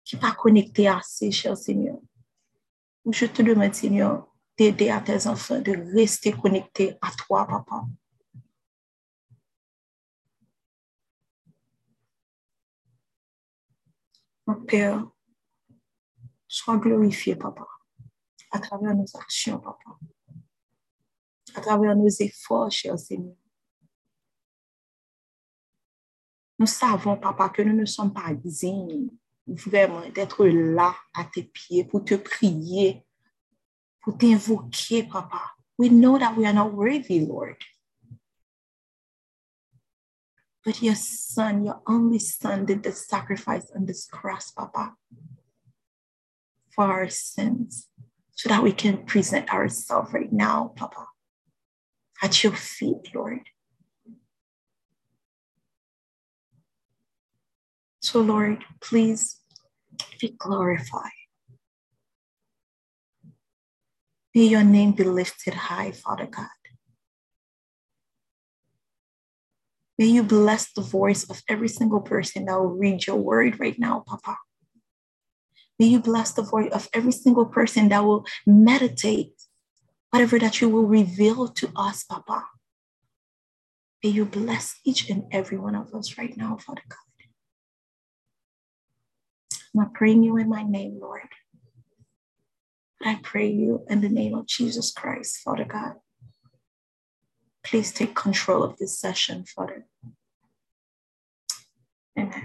qui n'est pas connecté assez, cher Seigneur. Je te demande, Seigneur, d'aider à tes enfants de rester connectés à toi, papa. Mon Père, sois glorifié, papa, à travers nos actions, papa, à travers nos efforts, cher Seigneur. Nous savons, papa, que nous ne sommes pas dignes vraiment d'être là à tes pieds pour te prier, pour t'invoquer, papa. We know that we are not worthy, Lord. But your son, your only son, did the sacrifice on this cross, papa, for our sins, so that we can present ourselves right now, papa, at your feet, Lord. So, Lord, please be glorified. May your name be lifted high, Father God. May you bless the voice of every single person that will read your word right now, Papa. May you bless the voice of every single person that will meditate whatever that you will reveal to us, Papa. May you bless each and every one of us right now, Father God. I'm not praying you in my name, Lord. But I pray you in the name of Jesus Christ, Father God. Please take control of this session, Father. Amen.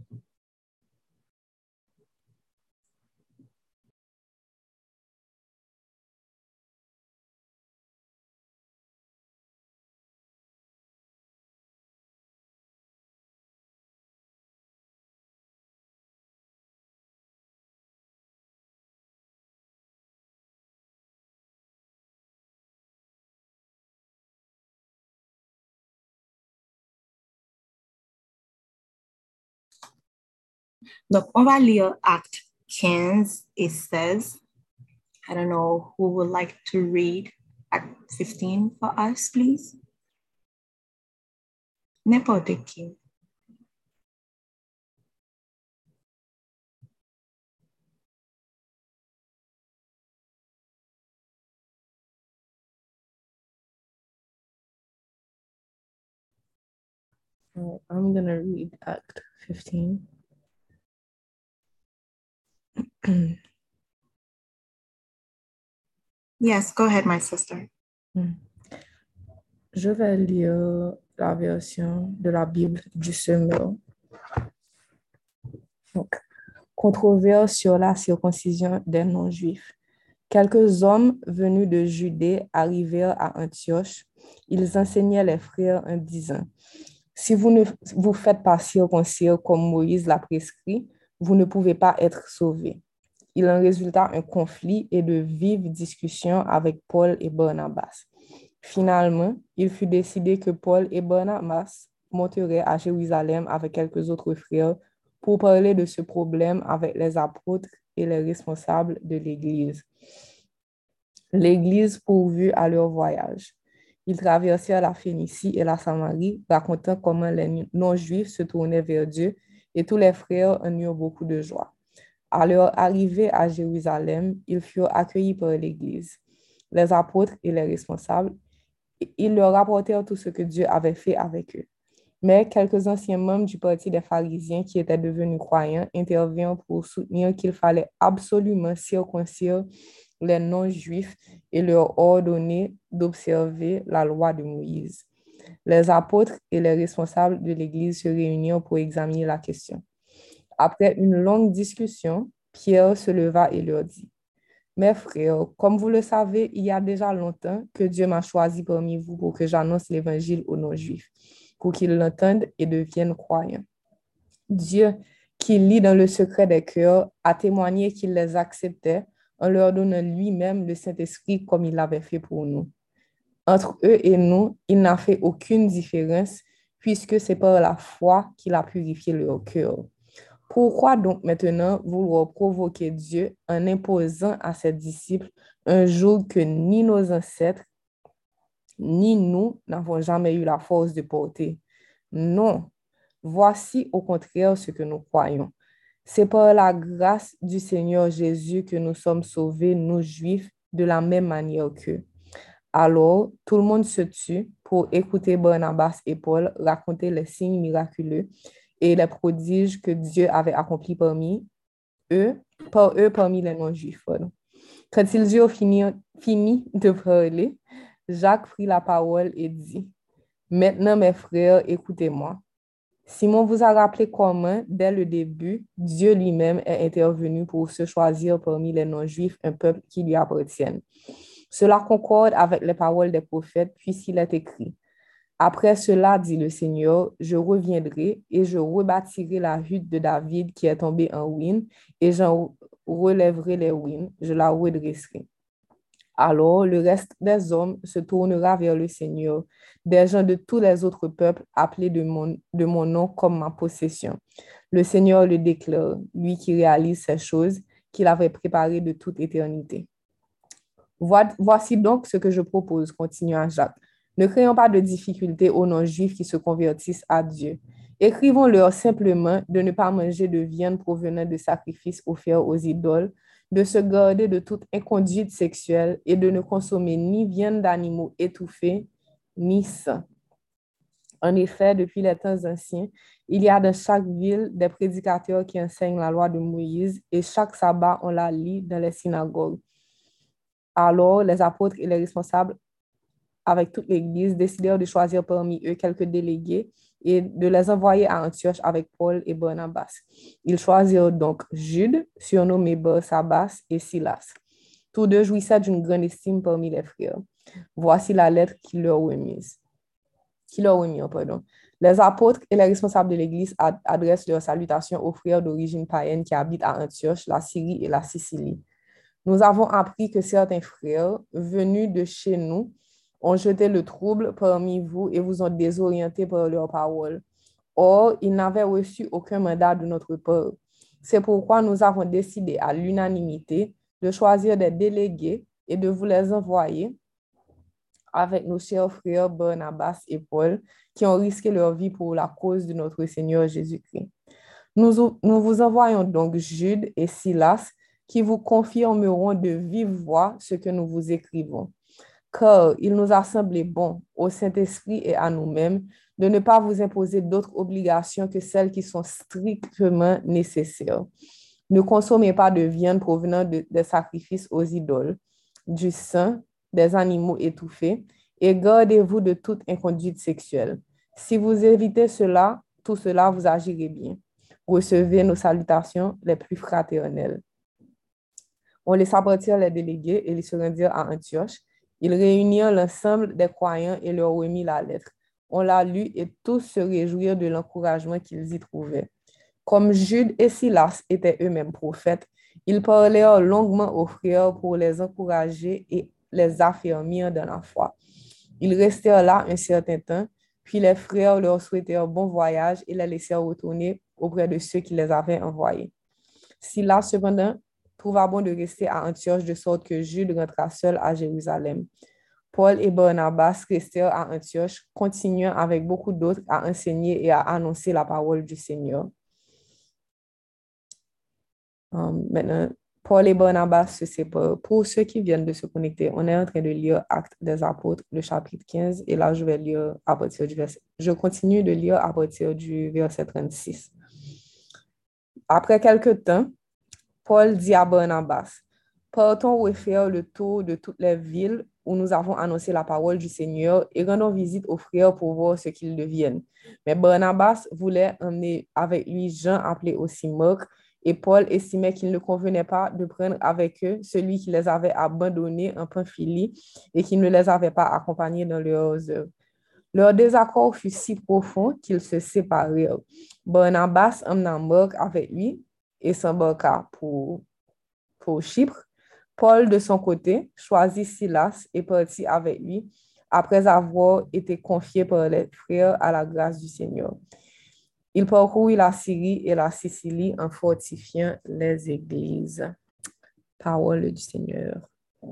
Donc, on va lire Acte 15. It says, I don't know who would like to read Act 15 for us, please. N'importe qui. I'm going to read Act 15. Yes, go ahead, my sister. Je vais lire la version de la Bible du Semeur. Donc, controverse sur la circoncision des non-juifs. Quelques hommes venus de Judée arrivèrent à Antioche. Ils enseignaient les frères en disant, « Si vous ne vous faites pas circoncire comme Moïse l'a prescrit, vous ne pouvez pas être sauvés. » Il en résulta un conflit et de vives discussions avec Paul et Barnabas. Finalement, il fut décidé que Paul et Barnabas monteraient à Jérusalem avec quelques autres frères pour parler de ce problème avec les apôtres et les responsables de l'Église. L'Église pourvut à leur voyage. Ils traversèrent la Phénicie et la Samarie, racontant comment les non-juifs se tournaient vers Dieu, et tous les frères en eurent beaucoup de joie. À leur arrivée à Jérusalem, ils furent accueillis par l'Église, les apôtres et les responsables. Ils leur rapportèrent tout ce que Dieu avait fait avec eux. Mais quelques anciens membres du parti des pharisiens qui étaient devenus croyants intervinrent pour soutenir qu'il fallait absolument circoncire les non-juifs et leur ordonner d'observer la loi de Moïse. Les apôtres et les responsables de l'Église se réunirent pour examiner la question. Après une longue discussion, Pierre se leva et leur dit, « Mes frères, comme vous le savez, il y a déjà longtemps que Dieu m'a choisi parmi vous pour que j'annonce l'Évangile aux non-juifs, pour qu'ils l'entendent et deviennent croyants. Dieu, qui lit dans le secret des cœurs, a témoigné qu'il les acceptait en leur donnant lui-même le Saint-Esprit comme il l'avait fait pour nous. Entre eux et nous, il n'a fait aucune différence, puisque c'est par la foi qu'il a purifié leur cœur. Pourquoi donc maintenant vouloir provoquer Dieu en imposant à ses disciples un joug que ni nos ancêtres, ni nous n'avons jamais eu la force de porter? Non, voici au contraire ce que nous croyons. C'est par la grâce du Seigneur Jésus que nous sommes sauvés, nous Juifs, de la même manière qu'eux. Alors, tout le monde se tut pour écouter Barnabas et Paul raconter les signes miraculeux et les prodiges que Dieu avait accomplis eux, par eux parmi les non-juifs. Pardon. Quand ils eurent fini de parler, Jacques prit la parole et dit, maintenant, mes frères, écoutez-moi. Simon vous a rappelé comment, dès le début, Dieu lui-même est intervenu pour se choisir parmi les non-juifs un peuple qui lui appartienne. Cela concorde avec les paroles des prophètes, puisqu'il est écrit, après cela, dit le Seigneur, je reviendrai et je rebâtirai la hutte de David qui est tombée en ruine, et j'en relèverai les ruines, je la redresserai. Alors le reste des hommes se tournera vers le Seigneur, des gens de tous les autres peuples appelés de mon nom comme ma possession. Le Seigneur le déclare, lui qui réalise ces choses qu'il avait préparées de toute éternité. Voici donc ce que je propose, continua Jacques. Ne créons pas de difficultés aux non-juifs qui se convertissent à Dieu. Écrivons-leur simplement de ne pas manger de viande provenant de sacrifices offerts aux idoles, de se garder de toute inconduite sexuelle et de ne consommer ni viande d'animaux étouffés, ni sang. En effet, depuis les temps anciens, il y a dans chaque ville des prédicateurs qui enseignent la loi de Moïse et chaque sabbat, on la lit dans les synagogues. Alors, les apôtres et les responsables, avec toute l'Église, décidèrent de choisir parmi eux quelques délégués et de les envoyer à Antioche avec Paul et Barnabas. Ils choisirent donc Jude, surnommé Barsabas, et Silas. Tous deux jouissaient d'une grande estime parmi les frères. Voici la lettre qu'ils leur remirent. Les apôtres et les responsables de l'Église adressent leurs salutations aux frères d'origine païenne qui habitent à Antioche, la Syrie et la Sicile. Nous avons appris que certains frères, venus de chez nous, ont jeté le trouble parmi vous et vous ont désorienté par leurs paroles. Or, ils n'avaient reçu aucun mandat de notre part. C'est pourquoi nous avons décidé à l'unanimité de choisir des délégués et de vous les envoyer avec nos chers frères Barnabas et Paul, qui ont risqué leur vie pour la cause de notre Seigneur Jésus-Christ. Nous vous envoyons donc Jude et Silas, qui vous confirmeront de vive voix ce que nous vous écrivons. Car il nous a semblé bon au Saint-Esprit et à nous-mêmes de ne pas vous imposer d'autres obligations que celles qui sont strictement nécessaires. Ne consommez pas de viande provenant des sacrifices aux idoles, du sang, des animaux étouffés, et gardez-vous de toute inconduite sexuelle. Si vous évitez cela, tout cela, vous agirez bien. Recevez nos salutations les plus fraternelles. On laissa partir les délégués et ils se rendirent à Antioche. Ils réunirent l'ensemble des croyants et leur remit la lettre. On la lut et tous se réjouirent de l'encouragement qu'ils y trouvaient. Comme Jude et Silas étaient eux-mêmes prophètes, ils parlèrent longuement aux frères pour les encourager et les affermir dans la foi. Ils restèrent là un certain temps, puis les frères leur souhaitèrent bon voyage et les laissèrent retourner auprès de ceux qui les avaient envoyés. Silas, cependant, trouva bon de rester à Antioche de sorte que Jude rentra seul à Jérusalem. Paul et Barnabas restèrent à Antioche, continuant avec beaucoup d'autres à enseigner et à annoncer la parole du Seigneur. Maintenant, Paul et Barnabas se séparent. Pour ceux qui viennent de se connecter, on est en train de lire Actes des Apôtres, le chapitre 15, et là, je vais lire à partir du verset. Je continue de lire à partir du verset 36. Après quelque temps, Paul dit à Barnabas, partons refaire le tour de toutes les villes où nous avons annoncé la parole du Seigneur et rendons visite aux frères pour voir ce qu'ils deviennent. Mais Barnabas voulait emmener avec lui Jean, appelé aussi Marc, et Paul estimait qu'il ne convenait pas de prendre avec eux celui qui les avait abandonnés en Pamphylie et qui ne les avait pas accompagnés dans leurs œuvres. Leur désaccord fut si profond qu'ils se séparèrent. Barnabas emmena Marc avec lui et s'embarqua pour Chypre. Paul, de son côté, choisit Silas et partit avec lui après avoir été confié par les frères à la grâce du Seigneur. Il parcourut la Syrie et la Sicile en fortifiant les églises. Parole du Seigneur.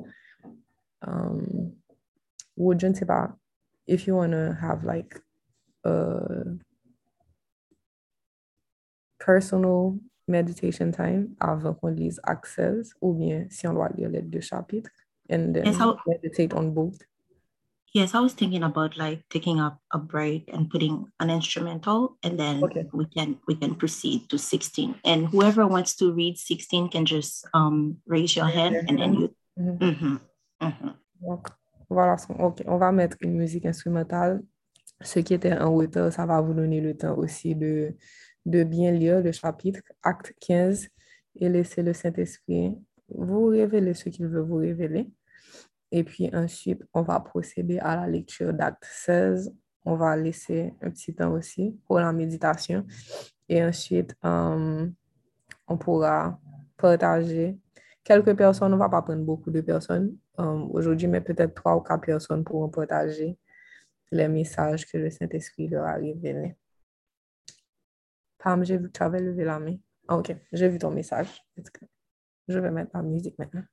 Ou je ne sais pas, if you want to have like a personal meditation time avant qu'on lise Acte 16, ou bien si on doit lire les deux chapitres, and Yes, then meditate on both. Yes, I was thinking about like taking up a break and putting an instrumental, and then Okay. we can proceed to 16. And whoever wants to read 16 can just raise your hand, and then you. Mhm. Donc, voilà, ok, on va mettre une musique instrumentale. Ceux qui étaient en retard, ça va vous donner le temps aussi de bien lire le chapitre, acte 15, et laisser le Saint-Esprit vous révéler ce qu'il veut vous révéler. Et puis ensuite, on va procéder à la lecture d'acte 16. On va laisser un petit temps aussi pour la méditation. Et ensuite, on pourra partager. Quelques personnes, on ne va pas prendre beaucoup de personnes aujourd'hui, mais peut-être 3 ou 4 personnes pourront partager les messages que le Saint-Esprit leur a révélés. Pam, j'ai vu que tu avais levé la main. Ah, ok, j'ai vu ton message. Je vais mettre la musique maintenant.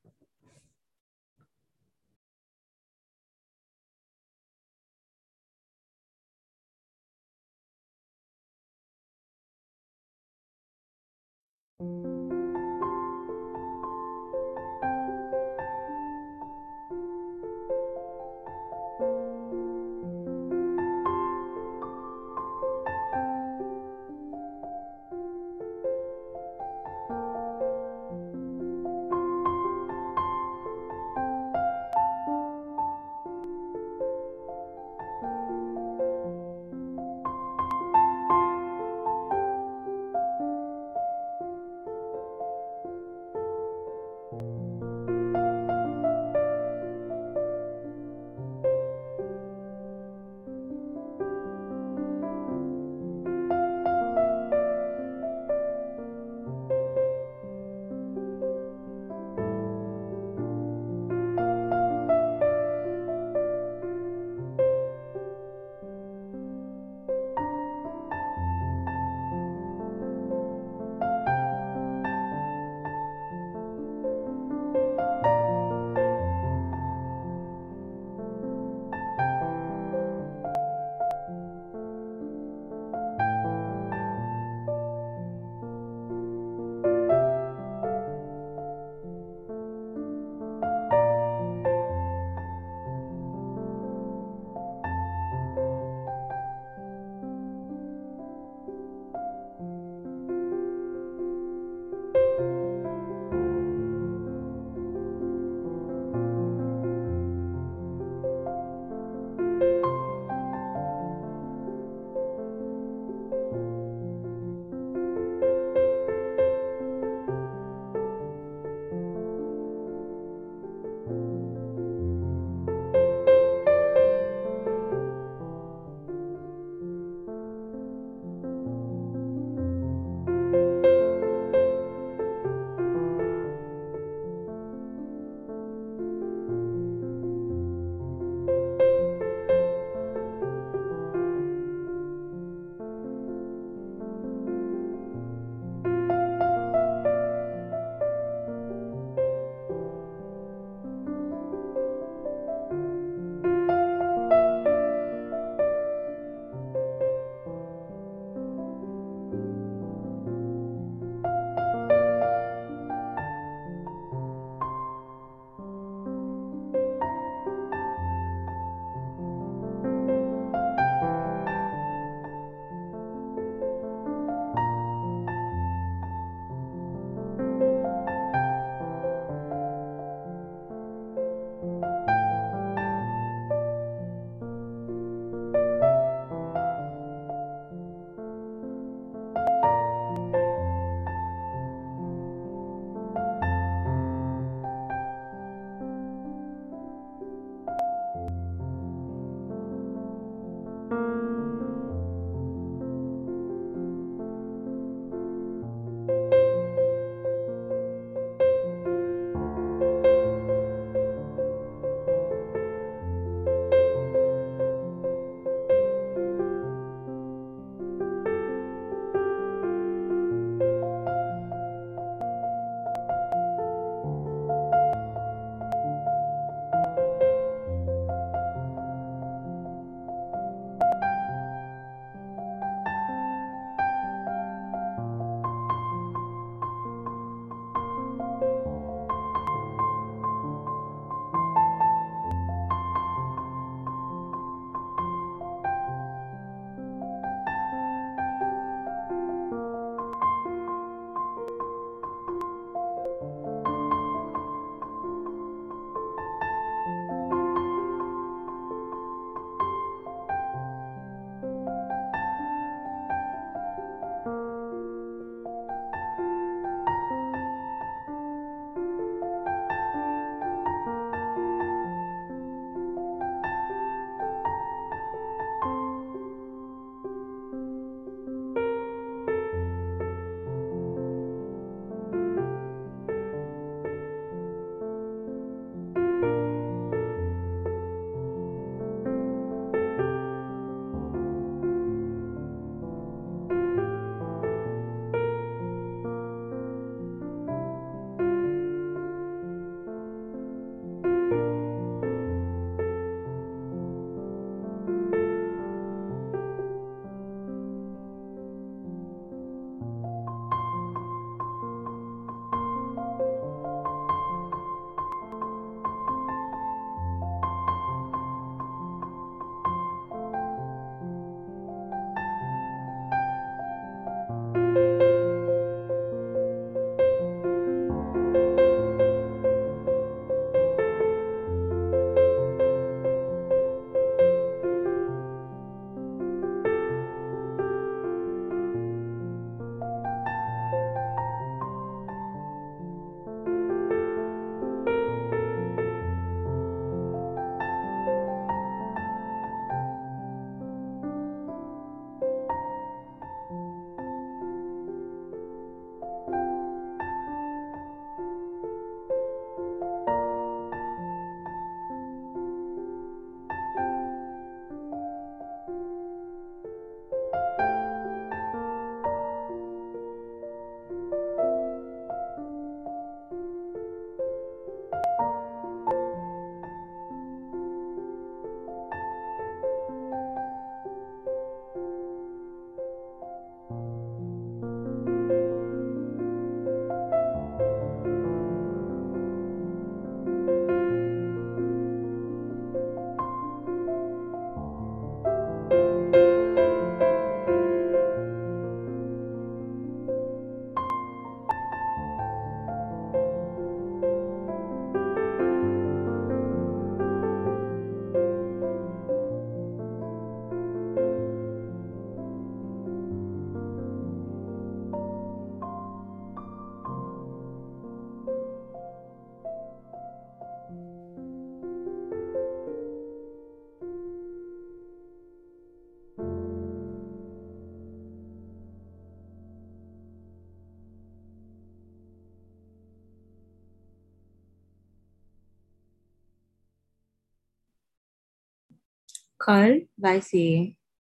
Carl va essayer.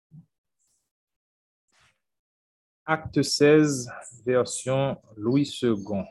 Acte 16, version Louis II.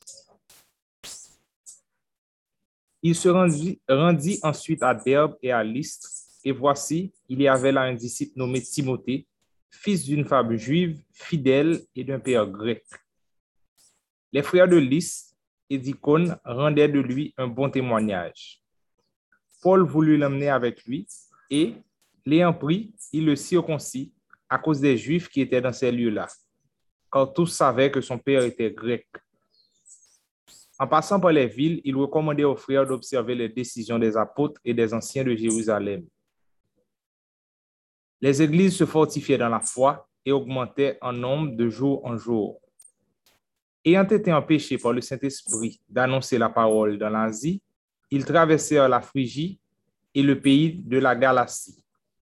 Il se rendit ensuite à Derbe et à Lystre, et voici, il y avait là un disciple nommé Timothée, fils d'une femme juive, fidèle et d'un père grec. Les frères de Lystre et d'Icône rendaient de lui un bon témoignage. Paul voulut l'emmener avec lui, et, l'ayant pris, il le circoncit à cause des Juifs qui étaient dans ces lieux-là, car tous savaient que son père était grec. En passant par les villes, il recommandait aux frères d'observer les décisions des apôtres et des anciens de Jérusalem. Les églises se fortifiaient dans la foi et augmentaient en nombre de jour en jour. Ayant été empêchés par le Saint-Esprit d'annoncer la parole dans l'Asie, ils traversèrent la Phrygie et le pays de la Galatie.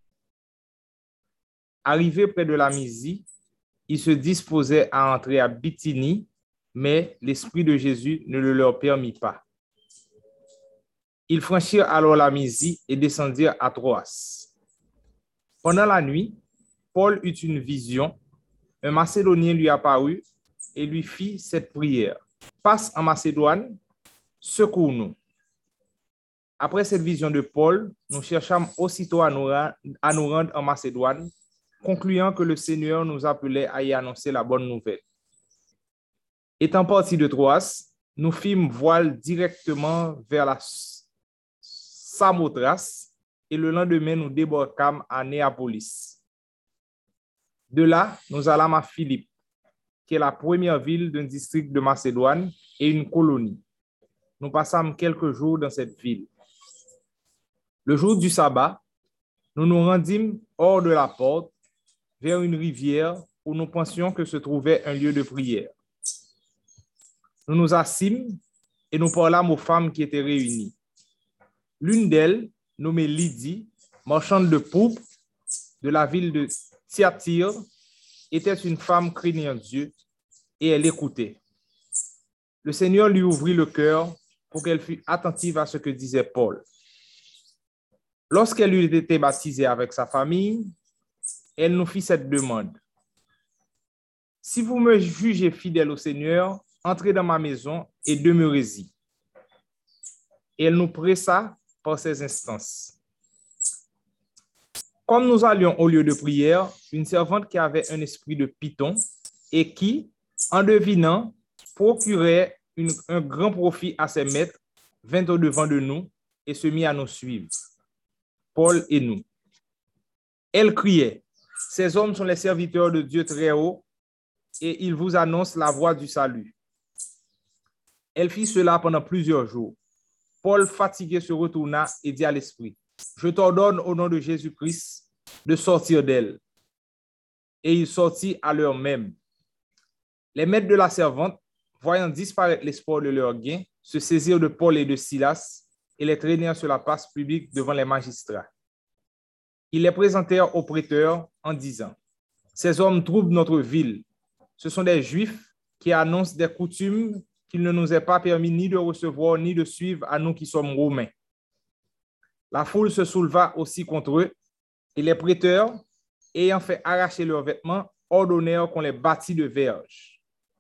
Arrivés près de la Mysie, ils se disposaient à entrer à Bithynie, mais l'Esprit de Jésus ne le leur permit pas. Ils franchirent alors la Mysie et descendirent à Troas. Pendant la nuit, Paul eut une vision. Un Macédonien lui apparut et lui fit cette prière: passe en Macédoine, secours-nous. Après cette vision de Paul, nous cherchâmes aussitôt à nous rendre en Macédoine, concluant que le Seigneur nous appelait à y annoncer la bonne nouvelle. Étant partis de Troas, nous fîmes voile directement vers la Samothrace et le lendemain, nous débarquâmes à Néapolis. De là, nous allâmes à Philippe, qui est la première ville d'un district de Macédoine et une colonie. Nous passâmes quelques jours dans cette ville. Le jour du sabbat, nous nous rendîmes hors de la porte, vers une rivière où nous pensions que se trouvait un lieu de prière. Nous nous assîmes et nous parlâmes aux femmes qui étaient réunies. L'une d'elles, nommée Lydie, marchande de pourpre de la ville de Thyatire, était une femme craignant Dieu et elle écoutait. Le Seigneur lui ouvrit le cœur pour qu'elle fût attentive à ce que disait Paul. Lorsqu'elle eut été baptisée avec sa famille, elle nous fit cette demande: si vous me jugez fidèle au Seigneur, entrez dans ma maison et demeurez-y. Et elle nous pressa par ses instances. Comme nous allions au lieu de prière, une servante qui avait un esprit de python et qui, en devinant, procurait un grand profit à ses maîtres, vint au-devant de nous et se mit à nous suivre, Paul et nous. Elle criait: ces hommes sont les serviteurs de Dieu très haut et ils vous annoncent la voie du salut. Elle fit cela pendant plusieurs jours. Paul, fatigué, se retourna et dit à l'esprit: je t'ordonne au nom de Jésus-Christ de sortir d'elle. Et il sortit à l'heure même. Les maîtres de la servante, voyant disparaître l'espoir de leur gain, se saisirent de Paul et de Silas et les traînèrent sur la place publique devant les magistrats. Ils les présentèrent au prêteur en disant: ces hommes troublent notre ville. Ce sont des Juifs qui annoncent des coutumes qu'il ne nous est pas permis ni de recevoir ni de suivre à nous qui sommes Romains. La foule se souleva aussi contre eux, et les prêteurs, ayant fait arracher leurs vêtements, ordonnèrent qu'on les bâtît de verges.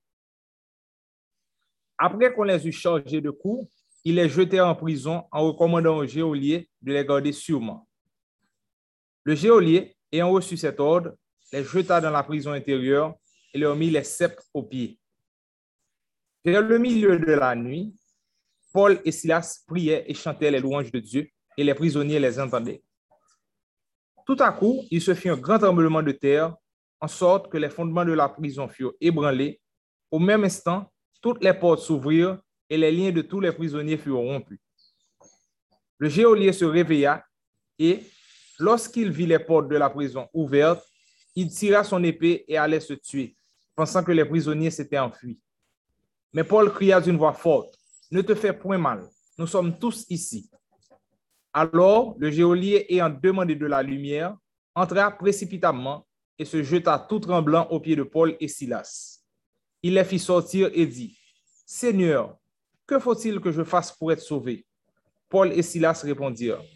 Après qu'on les eut chargés de coups, ils les jetèrent en prison en recommandant au geôlier de les garder sûrement. Le geôlier, ayant reçu cet ordre, les jeta dans la prison intérieure et leur mit les sceptres aux pieds. Vers le milieu de la nuit, Paul et Silas priaient et chantaient les louanges de Dieu, et les prisonniers les entendaient. Tout à coup, il se fit un grand tremblement de terre, en sorte que les fondements de la prison furent ébranlés. Au même instant, toutes les portes s'ouvrirent et les liens de tous les prisonniers furent rompus. Le geôlier se réveilla et, lorsqu'il vit les portes de la prison ouvertes, il tira son épée et allait se tuer, pensant que les prisonniers s'étaient enfuis. Mais Paul cria d'une voix forte: ne te fais point mal, nous sommes tous ici. Alors, le geôlier, ayant demandé de la lumière, entra précipitamment et se jeta tout tremblant aux pieds de Paul et Silas. Il les fit sortir et dit: Seigneur, que faut-il que je fasse pour être sauvé? Paul et Silas répondirent: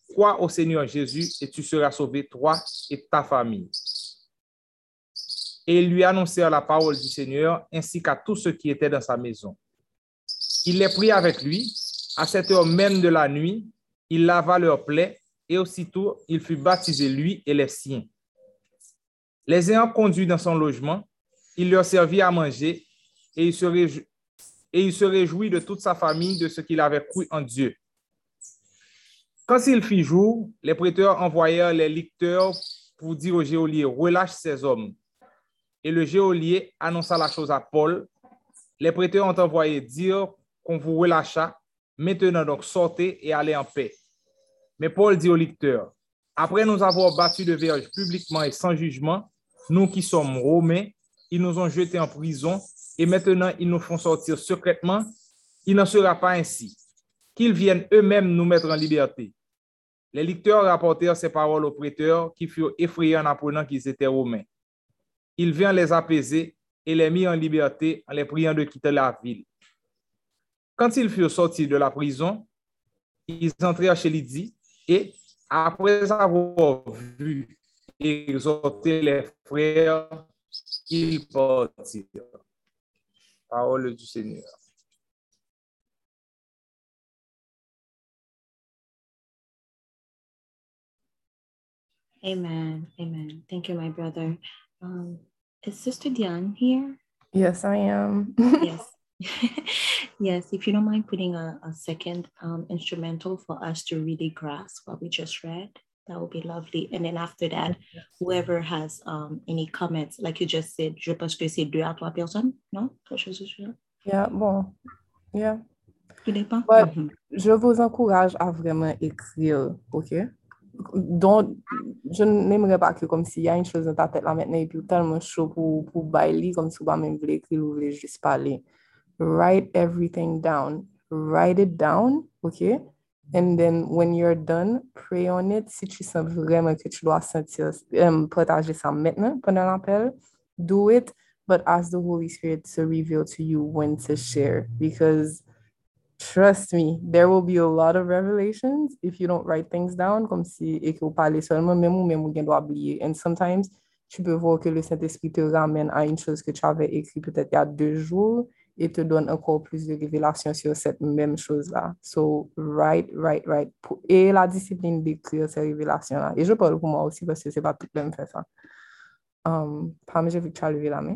crois au Seigneur Jésus et tu seras sauvé, toi et ta famille. Et ils lui annoncèrent la parole du Seigneur ainsi qu'à tous ceux qui étaient dans sa maison. Il les prit avec lui. À cette heure même de la nuit, il lava leurs plaies et aussitôt il fut baptisé, lui et les siens. Les ayant conduits dans son logement, il leur servit à manger et il se réjouit de toute sa famille de ce qu'il avait cru en Dieu. Quand il fit jour, les prêteurs envoyèrent les licteurs pour dire au geôlier, relâche ces hommes. Et le geôlier annonça la chose à Paul. Les prêteurs ont envoyé dire qu'on vous relâcha. Maintenant donc sortez et allez en paix. Mais Paul dit au licteur, après nous avoir battus de verge publiquement et sans jugement, nous qui sommes Romains, ils nous ont jetés en prison et maintenant ils nous font sortir secrètement. Il n'en sera pas ainsi. Qu'ils viennent eux-mêmes nous mettre en liberté. Les licteurs rapportèrent ces paroles aux prêteurs qui furent effrayés en apprenant qu'ils étaient Romains. Il vint les apaiser et les mit en liberté en les priant de quitter la ville. Quand ils furent sortis de la prison, ils entrèrent chez Lydie et, après avoir vu et exhorté les frères, ils partirent. Parole du Seigneur. Amen. Amen. Thank you, my brother. Is Sister Diane here? Yes, I am. Yes. Yes, if you don't mind putting a second instrumental for us to really grasp what we just read, that would be lovely. And then after that, whoever has any comments, like you just said, je pense que c'est 2 à 3 personnes, non? Quelque chose de ça? Yeah, bon. Yeah. Tu n'es pas? But je vous encourage à vraiment écrire, OK? Donc, je n'aimerais pas que comme s'il y a une chose dans ta tête là maintenant et puis tellement chaud pour bailler comme si vous même voulez écrire ou voulez juste parler. Write everything down. Write it down, okay? And then when you're done, pray on it. Si tu sens vraiment que tu dois sentir, partager ça maintenant pendant l'appel, do it, but ask the Holy Spirit to reveal to you when to share. Because trust me, there will be a lot of revelations if you don't write things down, comme si et que vous parlez seulement, même ou bien doit oublier. And sometimes, tu peux voir que le Saint-Esprit te ramène à une chose que tu avais écrit peut-être il y a 2 jours et te donne encore plus de révélations sur cette même chose-là. So, write. Et la discipline d'écrire ces révélations-là. Et je parle pour moi aussi parce que c'est pas tout le monde qui fait ça. Pam, j'ai vu que tu as levé la main.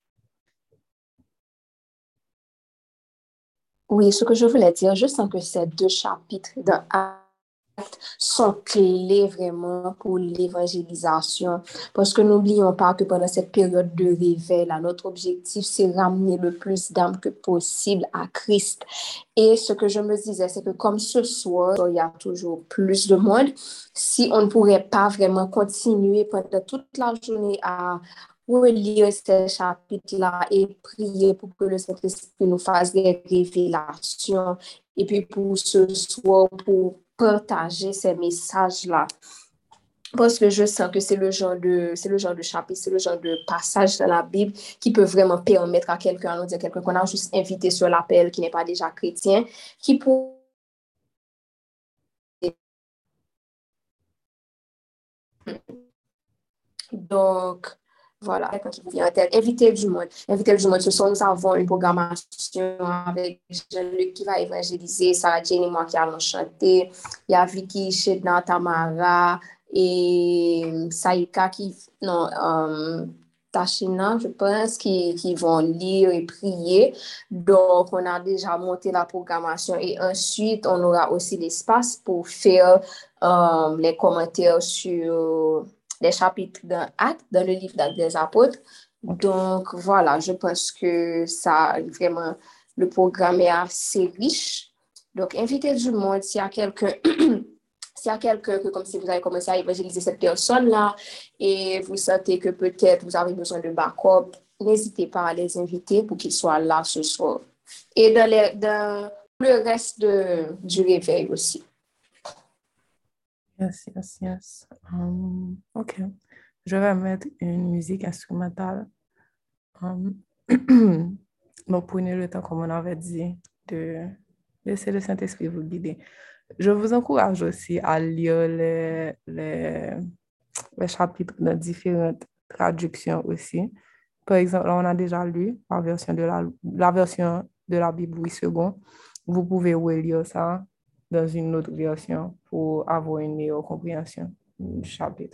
Oui, ce que je voulais dire, je sens que ces 2 chapitres dans Actes sont clés vraiment pour l'évangélisation. Parce que n'oublions pas que pendant cette période de réveil, là, notre objectif, c'est ramener le plus d'âmes que possible à Christ. Et ce que je me disais, c'est que comme ce soir, il y a toujours plus de monde, si on ne pourrait pas vraiment continuer pendant toute la journée à relire ces chapitres-là et prier pour que le Saint-Esprit nous fasse des révélations et puis pour ce soir, pour partager ces messages-là. Parce que je sens que c'est le genre de chapitre, c'est le genre de passage dans la Bible qui peut vraiment permettre à quelqu'un qu'on a juste invité sur l'appel, qui n'est pas déjà chrétien, qui peut... Donc, voilà, quand il vient en tête, inviter du monde. Ce soir, nous avons une programmation avec Jean-Luc qui va évangéliser, Sarah Jane et moi qui allons chanter. Il y a Vicky, Shedna, Tamara et Saïka Tachina, je pense, qui vont lire et prier. Donc, on a déjà monté la programmation et ensuite, on aura aussi l'espace pour faire les commentaires sur les chapitres dans Actes, dans le livre d'Actes des Apôtres. Donc, voilà, je pense que ça, vraiment, le programme est assez riche. Donc, invitez du monde, s'il y a quelqu'un que, comme si vous avez commencé à évangéliser cette personne-là et vous sentez que peut-être vous avez besoin de backup, n'hésitez pas à les inviter pour qu'ils soient là ce soir. Et dans le reste du réveil aussi. Yes. OK. Je vais mettre une musique instrumentale. Donc, prenez le temps, comme on avait dit, de laisser le Saint-Esprit vous guider. Je vous encourage aussi à lire les chapitres dans différentes traductions aussi. Par exemple, là, on a déjà lu la version de la Bible Louis II. Vous pouvez relire ça dans une autre version pour avoir une meilleure compréhension du chapitre.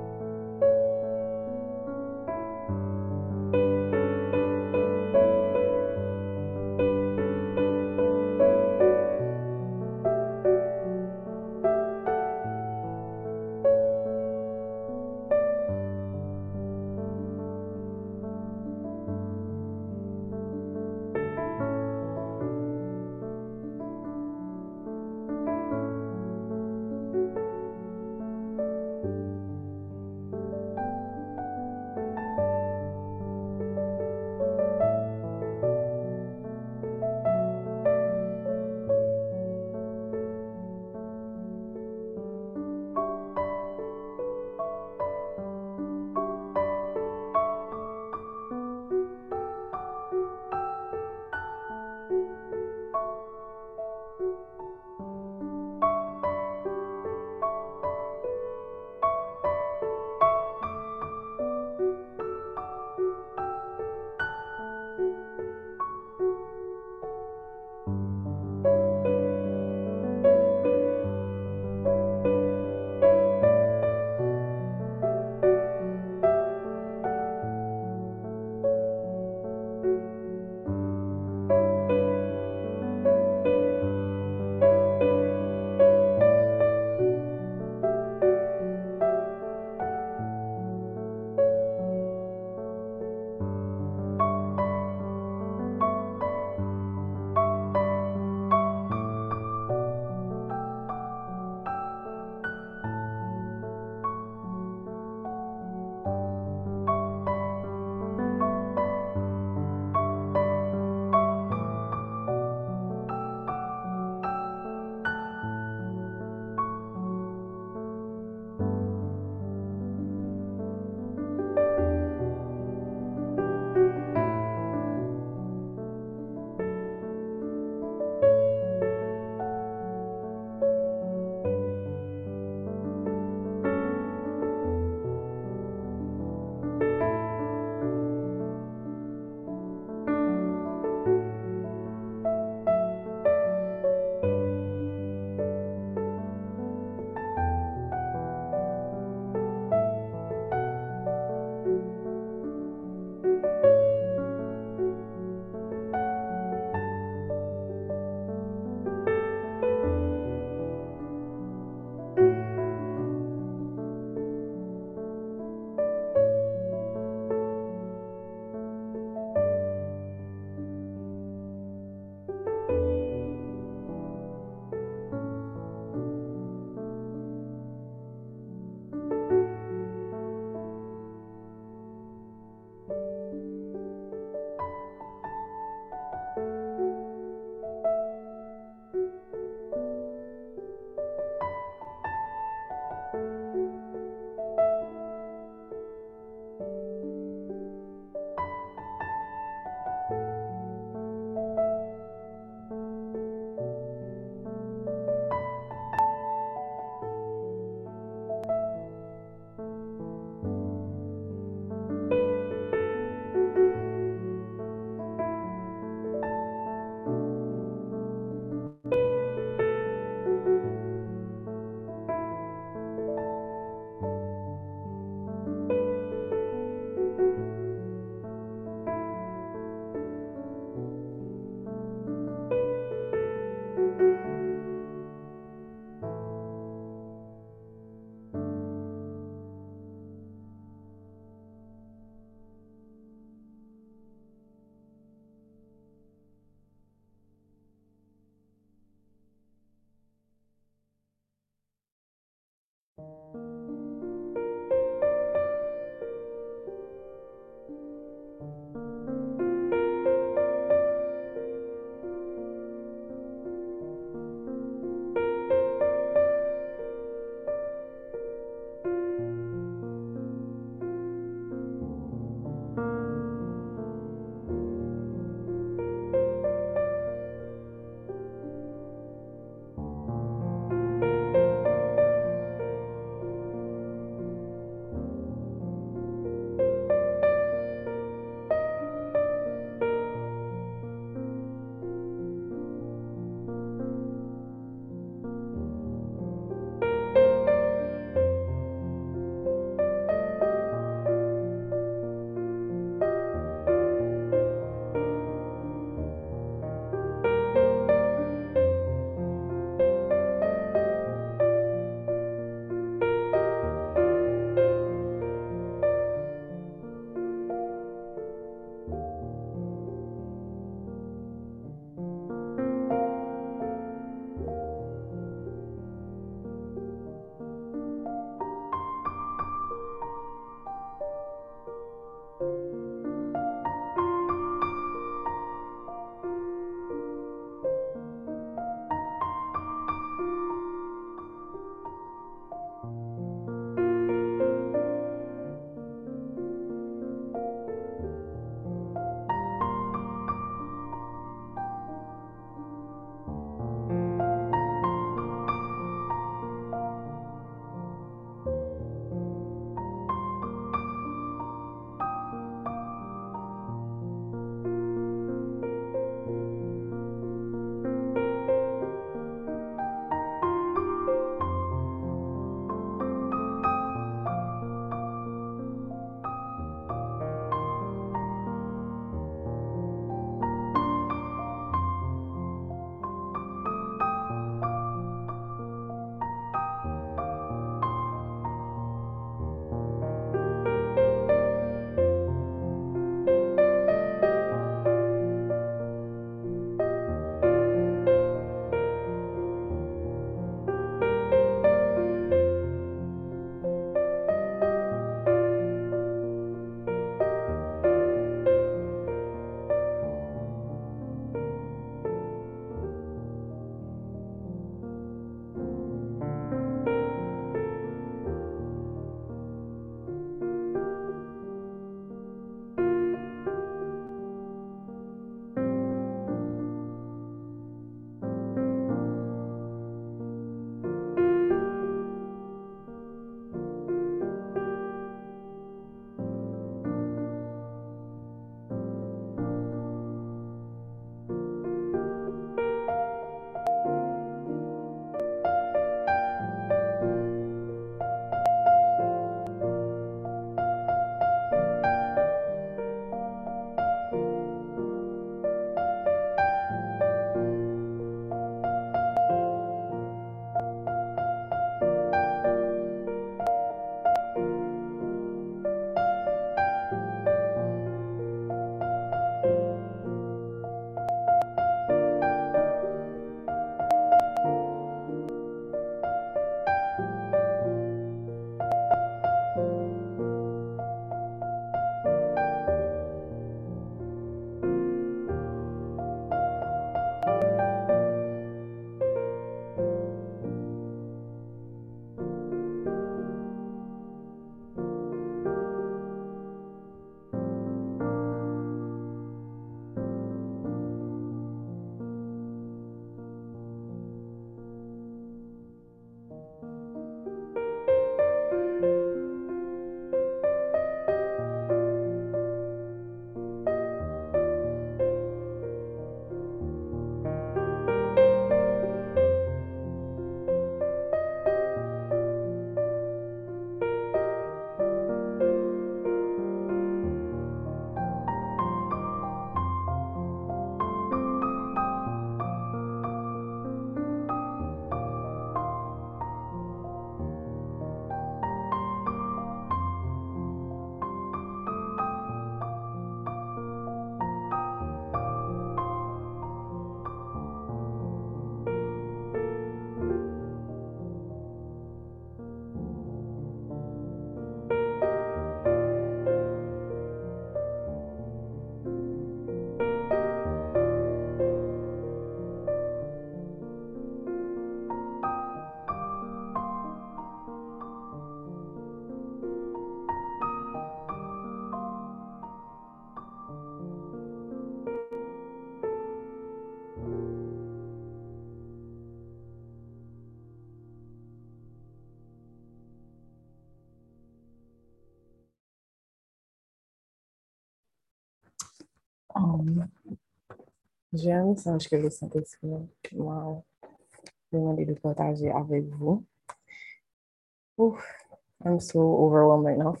J'ai un message que le Saint-Esprit m'a demandé de partager avec vous. Ouf, I'm so overwhelmed right now.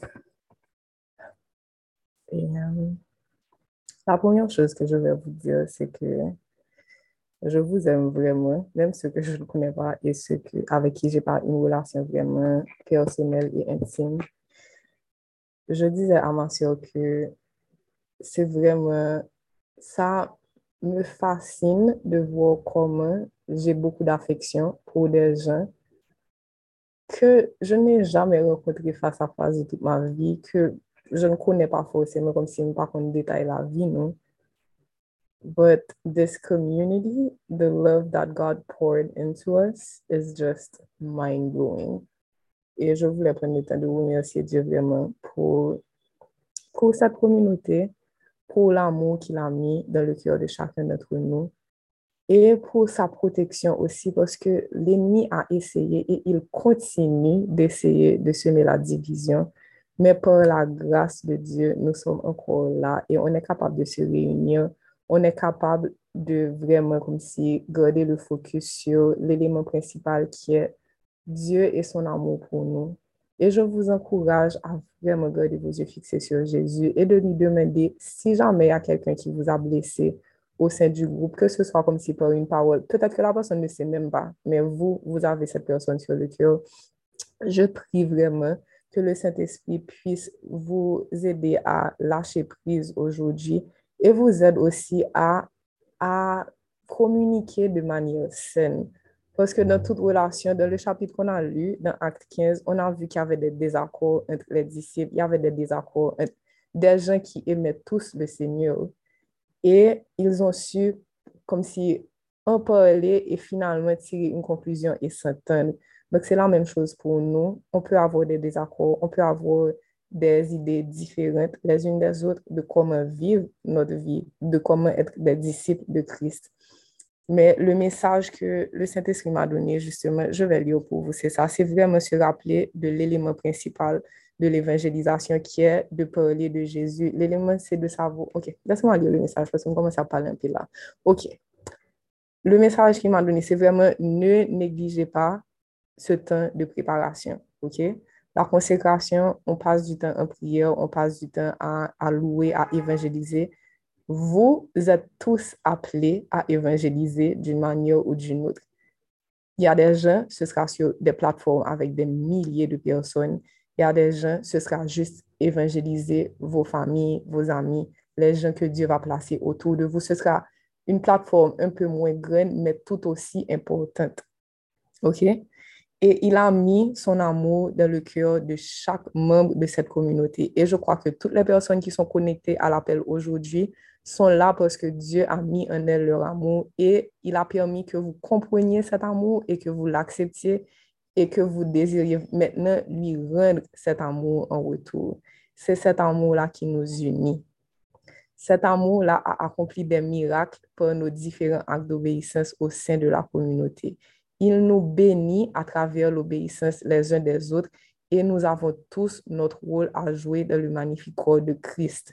Et la première chose que je vais vous dire, c'est que je vous aime vraiment, même ceux que je ne connais pas et ceux avec qui j'ai pas une relation vraiment personnelle et intime. Je disais à ma soeur que c'est vraiment, ça me fascine de voir comment j'ai beaucoup d'affection pour des gens que je n'ai jamais rencontrés face à face de toute ma vie, que je ne connais pas forcément comme si je ne pas connais détail la vie, non? But this community, the love that God poured into us is just mind-blowing. Et je voulais prendre le temps de remercier Dieu vraiment pour cette communauté, pour l'amour qu'il a mis dans le cœur de chacun d'entre nous et pour sa protection aussi parce que l'ennemi a essayé et il continue d'essayer de semer la division. Mais par la grâce de Dieu, nous sommes encore là et on est capable de se réunir. On est capable de vraiment comme si garder le focus sur l'élément principal qui est Dieu et son amour pour nous. Et je vous encourage à vraiment garder vos yeux fixés sur Jésus et de lui demander si jamais il y a quelqu'un qui vous a blessé au sein du groupe, que ce soit comme si par une parole. Peut-être que la personne ne sait même pas, mais vous avez cette personne sur le cœur. Je prie vraiment que le Saint-Esprit puisse vous aider à lâcher prise aujourd'hui et vous aide aussi à communiquer de manière saine. Parce que dans toute relation, dans le chapitre qu'on a lu, dans Acte 15, on a vu qu'il y avait des désaccords entre les disciples, il y avait des désaccords entre des gens qui aimaient tous le Seigneur. Et ils ont su, comme si, en parler et finalement tirer une conclusion et s'entendre. Donc, c'est la même chose pour nous. On peut avoir des désaccords, on peut avoir des idées différentes les unes des autres de comment vivre notre vie, de comment être des disciples de Christ. Mais le message que le Saint-Esprit m'a donné, justement, je vais lire pour vous, c'est ça. C'est vraiment se rappeler de l'élément principal de l'évangélisation qui est de parler de Jésus. L'élément, c'est de savoir... OK, laisse-moi lire le message parce qu'on commence à parler un peu là. OK. Le message qu'il m'a donné, c'est vraiment ne négligez pas ce temps de préparation. OK? La consécration, on passe du temps en prière, on passe du temps à louer, à évangéliser. Vous êtes tous appelés à évangéliser d'une manière ou d'une autre. Il y a des gens, ce sera sur des plateformes avec des milliers de personnes. Il y a des gens, ce sera juste évangéliser vos familles, vos amis, les gens que Dieu va placer autour de vous. Ce sera une plateforme un peu moins grande, mais tout aussi importante. OK? Et il a mis son amour dans le cœur de chaque membre de cette communauté. Et je crois que toutes les personnes qui sont connectées à l'appel aujourd'hui sont là parce que Dieu a mis en elles leur amour et il a permis que vous compreniez cet amour et que vous l'acceptiez et que vous désiriez maintenant lui rendre cet amour en retour. C'est cet amour-là qui nous unit. Cet amour-là a accompli des miracles par nos différents actes d'obéissance au sein de la communauté. Il nous bénit à travers l'obéissance les uns des autres et nous avons tous notre rôle à jouer dans le magnifique corps de Christ.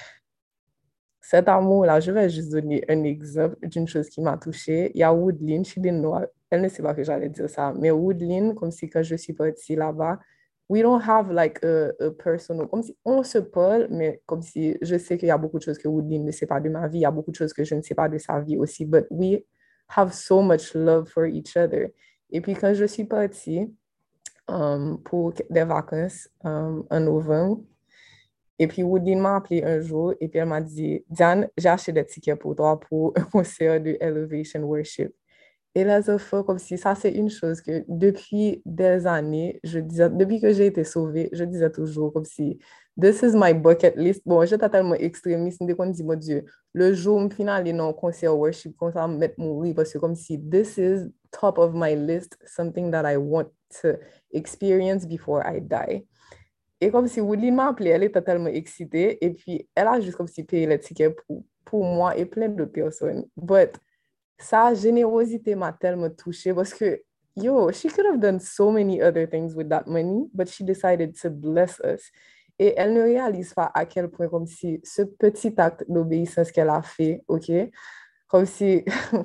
Cet amour-là, je vais juste donner un exemple d'une chose qui m'a touchée. Il y a Woodline, elle ne sait pas que j'allais dire ça, mais Woodline, comme si quand je suis partie là-bas, we don't have like a personal, comme si on se parle, mais comme si je sais qu'il y a beaucoup de choses que Woodline ne sait pas de ma vie, il y a beaucoup de choses que je ne sais pas de sa vie aussi, but we have so much love for each other. Et puis quand je suis partie pour des vacances en novembre, et puis Woodline m'a appelé un jour et puis elle m'a dit, Diane, j'ai acheté des tickets pour toi pour un concert de Elevation Worship. Et là, ça fait comme si ça, c'est une chose que depuis des années, je disais, depuis que j'ai été sauvée, je disais toujours comme si, this is my bucket list. Bon, j'étais tellement extrémiste, dès qu'on dit, mon Dieu, le jour où je finis aller dans un concert worship, comme ça, me mettre mourir, parce que comme si, this is top of my list, something that I want to experience before I die. Et comme si Woodline m'a appelé, elle était tellement excitée, et puis elle a juste comme si payé les tickets pour moi et plein d'autres personnes. But sa générosité m'a tellement touchée parce que, yo, she could have done so many other things with that money, but she decided to bless us. Et elle ne réalise pas à quel point, comme si ce petit acte d'obéissance qu'elle a fait, OK, comme si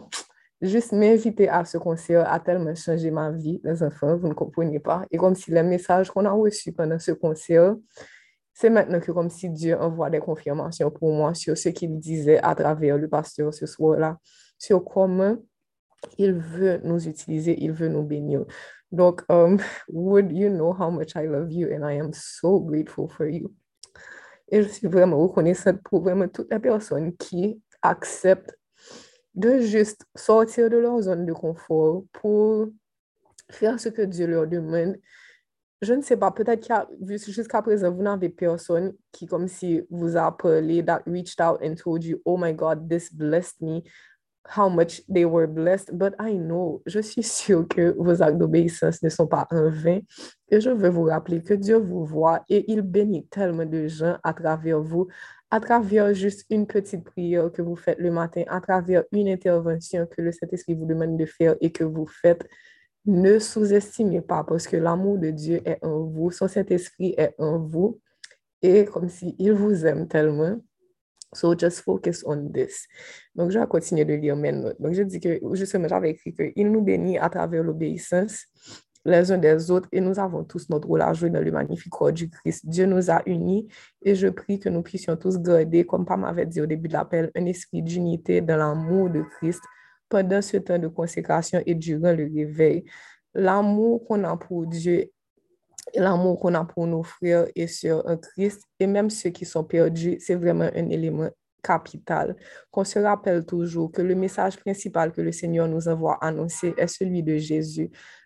juste m'inviter à ce concert a tellement changé ma vie, les enfants, vous ne comprenez pas. Et comme si les messages qu'on a reçus pendant ce concert, c'est maintenant que comme si Dieu envoie des confirmations pour moi sur ce qu'il disait à travers le pasteur ce soir-là, sur comment il veut nous utiliser, il veut nous bénir. Donc, would you know how much I love you and I am so grateful for you. Et je suis vraiment reconnaissante pour vraiment toutes les personnes qui acceptent de juste sortir de leur zone de confort pour faire ce que Dieu leur demande. Je ne sais pas, peut-être jusqu'à présent, vous n'avez personne qui, comme si vous a parlé, that reached out and told you, oh my God, this blessed me, how much they were blessed. But I know, je suis sûre que vos actes d'obéissance ne sont pas en vain. Et je veux vous rappeler que Dieu vous voit et il bénit tellement de gens à travers vous, à travers juste une petite prière que vous faites le matin, à travers une intervention que le Saint-Esprit vous demande de faire et que vous faites. Ne sous-estimez pas parce que l'amour de Dieu est en vous, son Saint-Esprit est en vous et comme s'il vous aime tellement. So just focus on this. Donc, je vais continuer de lire mes notes. Donc, je dis que, justement, j'avais écrit qu'il nous bénit à travers l'obéissance les uns des autres et nous avons tous notre rôle à jouer dans le magnifique corps du Christ. Dieu nous a unis et je prie que nous puissions tous garder, comme Pam m'avait dit au début de l'appel, un esprit d'unité dans l'amour de Christ pendant ce temps de consécration et durant le réveil. L'amour qu'on a pour Dieu, l'amour qu'on a pour nos frères et sœurs en Christ, et même ceux qui sont perdus, c'est vraiment un élément capital. Qu'on se rappelle toujours que le message principal que le Seigneur nous envoie annoncer est celui de Jésus,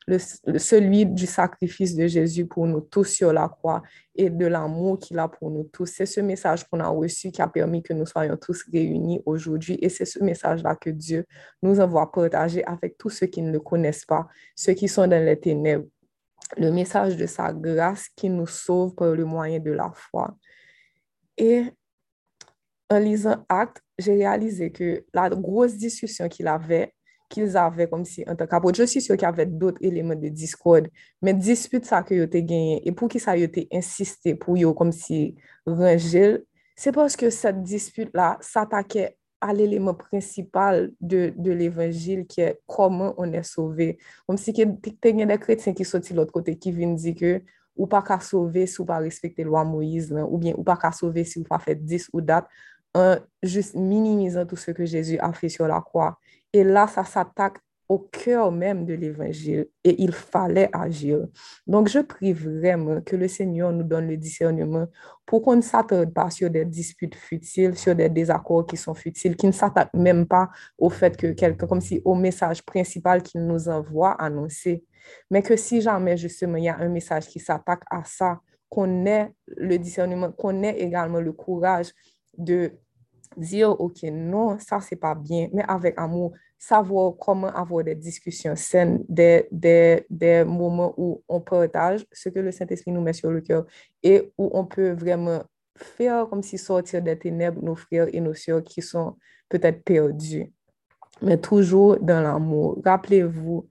celui du sacrifice de Jésus pour nous tous sur la croix et de l'amour qu'il a pour nous tous. C'est ce message qu'on a reçu qui a permis que nous soyons tous réunis aujourd'hui et c'est ce message-là que Dieu nous envoie partager avec tous ceux qui ne le connaissent pas, ceux qui sont dans les ténèbres. Le message de sa grâce qui nous sauve par le moyen de la foi. Et en lisant Actes, j'ai réalisé que la grosse discussion qu'ils avaient comme si en tant qu'apôtre, je suis sûre qu'il y avait d'autres éléments de discorde, mais dispute ça que ils ont gagné et pour qui ça a été insisté pour eux comme si ranger, c'est parce que cette dispute-là s'attaquait à l'élément principal de l'évangile qui est comment on est sauvé. Comme si il y a des chrétiens qui sont de l'autre côté qui viennent dire que ou pas qu'à sauver si ou pas respecter la loi Moïse, là, ou bien ou pas qu'à sauver si ou pas fait 10 ou date, en juste minimisant tout ce que Jésus a fait sur la croix. Et là, ça s'attaque au cœur même de l'évangile et il fallait agir. Donc, je prie vraiment que le Seigneur nous donne le discernement pour qu'on ne s'attarde pas sur des disputes futiles, sur des désaccords qui sont futiles, qui ne s'attaquent même pas au fait que quelqu'un, comme si au message principal qu'il nous envoie annoncer, mais que si jamais justement il y a un message qui s'attaque à ça, qu'on ait le discernement, qu'on ait également le courage de dire, OK, non, ça, c'est pas bien, mais avec amour, savoir comment avoir des discussions saines, des moments où on partage ce que le Saint-Esprit nous met sur le cœur et où on peut vraiment faire comme si sortir des ténèbres nos frères et nos sœurs qui sont peut-être perdus, mais toujours dans l'amour. Rappelez-vous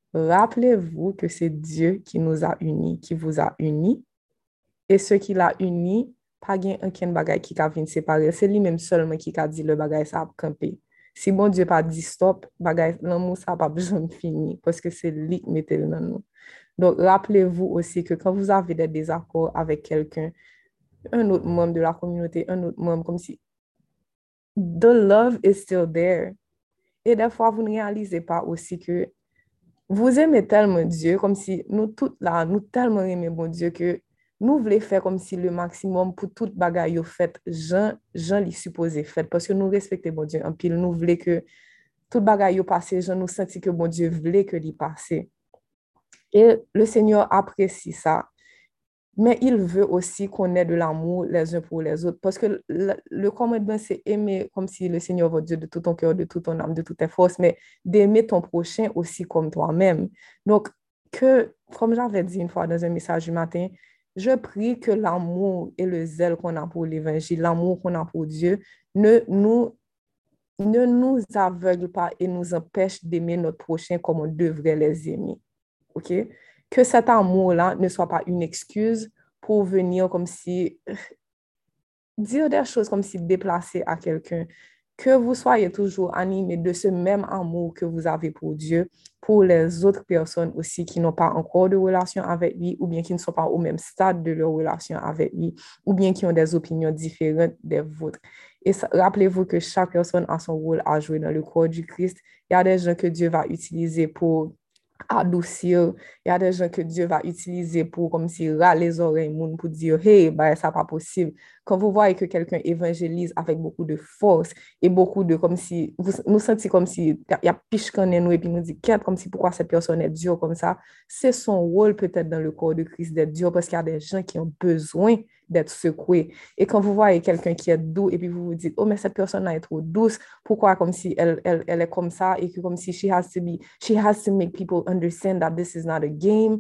que c'est Dieu qui nous a unis, qui vous a unis, et ce qui l'a uni, pas gen aucun bagay qui a vient séparer. C'est lui-même seulement qui a dit le bagay ça a campé. Si bon Dieu pas dit stop, bagay l'amour ça pas besoin de finir parce que c'est lui qui mettait dans nous. Donc rappelez-vous aussi que quand vous avez des désaccords avec quelqu'un, un autre membre de la communauté, un autre membre comme si the love is still there. Et des fois vous ne réalisez pas aussi que vous aimez tellement Dieu comme si nous toutes là, nous tellement aimons bon Dieu que nous voulons faire comme si le maximum pour toute bagaille yo fait, Jean li supposé fait parce que nous respectons bon Dieu en pile, nous voulons que toute bagaille yo passe, Jean nous senti que bon Dieu voulait que li passe. Et le Seigneur apprécie ça. Mais il veut aussi qu'on ait de l'amour les uns pour les autres. Parce que le commandement, c'est aimer comme si le Seigneur votre Dieu de tout ton cœur, de toute ton âme, de toutes tes forces, mais d'aimer ton prochain aussi comme toi-même. Donc, comme j'avais dit une fois dans un message du matin, je prie que l'amour et le zèle qu'on a pour l'Évangile, l'amour qu'on a pour Dieu, ne nous aveugle pas et nous empêche d'aimer notre prochain comme on devrait les aimer. OK? Que cet amour-là ne soit pas une excuse pour venir comme si dire des choses comme si déplacer à quelqu'un. Que vous soyez toujours animés de ce même amour que vous avez pour Dieu, pour les autres personnes aussi qui n'ont pas encore de relation avec lui, ou bien qui ne sont pas au même stade de leur relation avec lui, ou bien qui ont des opinions différentes des vôtres. Et rappelez-vous que chaque personne a son rôle à jouer dans le corps du Christ. Il y a des gens que Dieu va utiliser pour adoucir. Il y a des gens que Dieu va utiliser pour comme si râler les oreilles moun pour dire hey, bah, ça pas possible. Quand vous voyez que quelqu'un évangélise avec beaucoup de force et beaucoup de comme si vous nous sentez comme si il y a piche qu'on est nous et puis nous dit comme si pourquoi cette personne est dure comme ça, c'est son rôle peut-être dans le corps de Christ d'être dur parce qu'il y a des gens qui ont besoin d'être secoués. Et quand vous voyez quelqu'un qui est doux et puis vous vous dites oh mais cette personne-là est trop douce, pourquoi comme si elle est comme ça et que comme si she has to make people understand that this is not a game.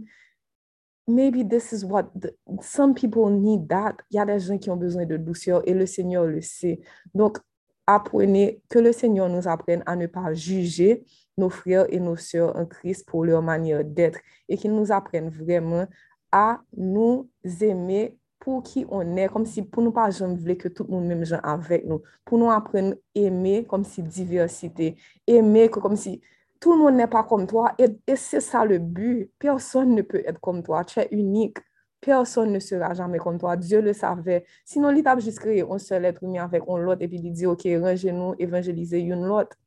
Maybe this is what some people need that. Il y a des gens qui ont besoin de douceur et le Seigneur le sait. Donc, apprenez, que le Seigneur nous apprenne à ne pas juger nos frères et nos sœurs en Christ pour leur manière d'être et qu'il nous apprenne vraiment à nous aimer pour qui on est, comme si pour nous pas jamais voulons que tout le monde même gens avec nous, pour nous apprendre à aimer comme si diversité, aimer comme si tout le monde n'est pas comme toi et c'est ça le but. Personne ne peut être comme toi, tu es unique. Personne ne sera jamais comme toi. Dieu le savait. Sinon, il a juste créé un seul être humain avec un l'autre et puis il dit, OK, rangez-nous, évangélisez une l'autre.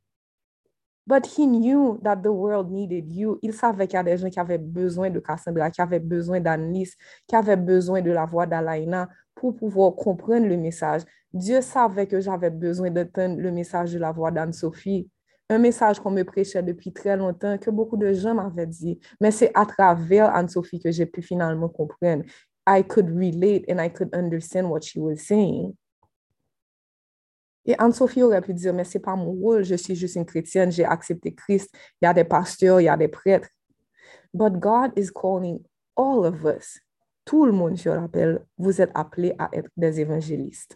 But he knew that the world needed you. Il savait qu'il y a des gens qui avaient besoin de Cassandra, qui avaient besoin d'Annelise, qui avaient besoin de la voix d'Alaina pour pouvoir comprendre le message. Dieu savait que j'avais besoin d'entendre le message de la voix d'Anne-Sophie. Un message qu'on me prêchait depuis très longtemps, que beaucoup de gens m'avaient dit. Mais c'est à travers Anne-Sophie que j'ai pu finalement comprendre. I could relate and I could understand what she was saying. Et Anne-Sophie aurait pu dire, mais ce n'est pas mon rôle, je suis juste une chrétienne, j'ai accepté Christ, il y a des pasteurs, il y a des prêtres. But God is calling all of us. Tout le monde, je rappelle, vous êtes appelés à être des évangélistes.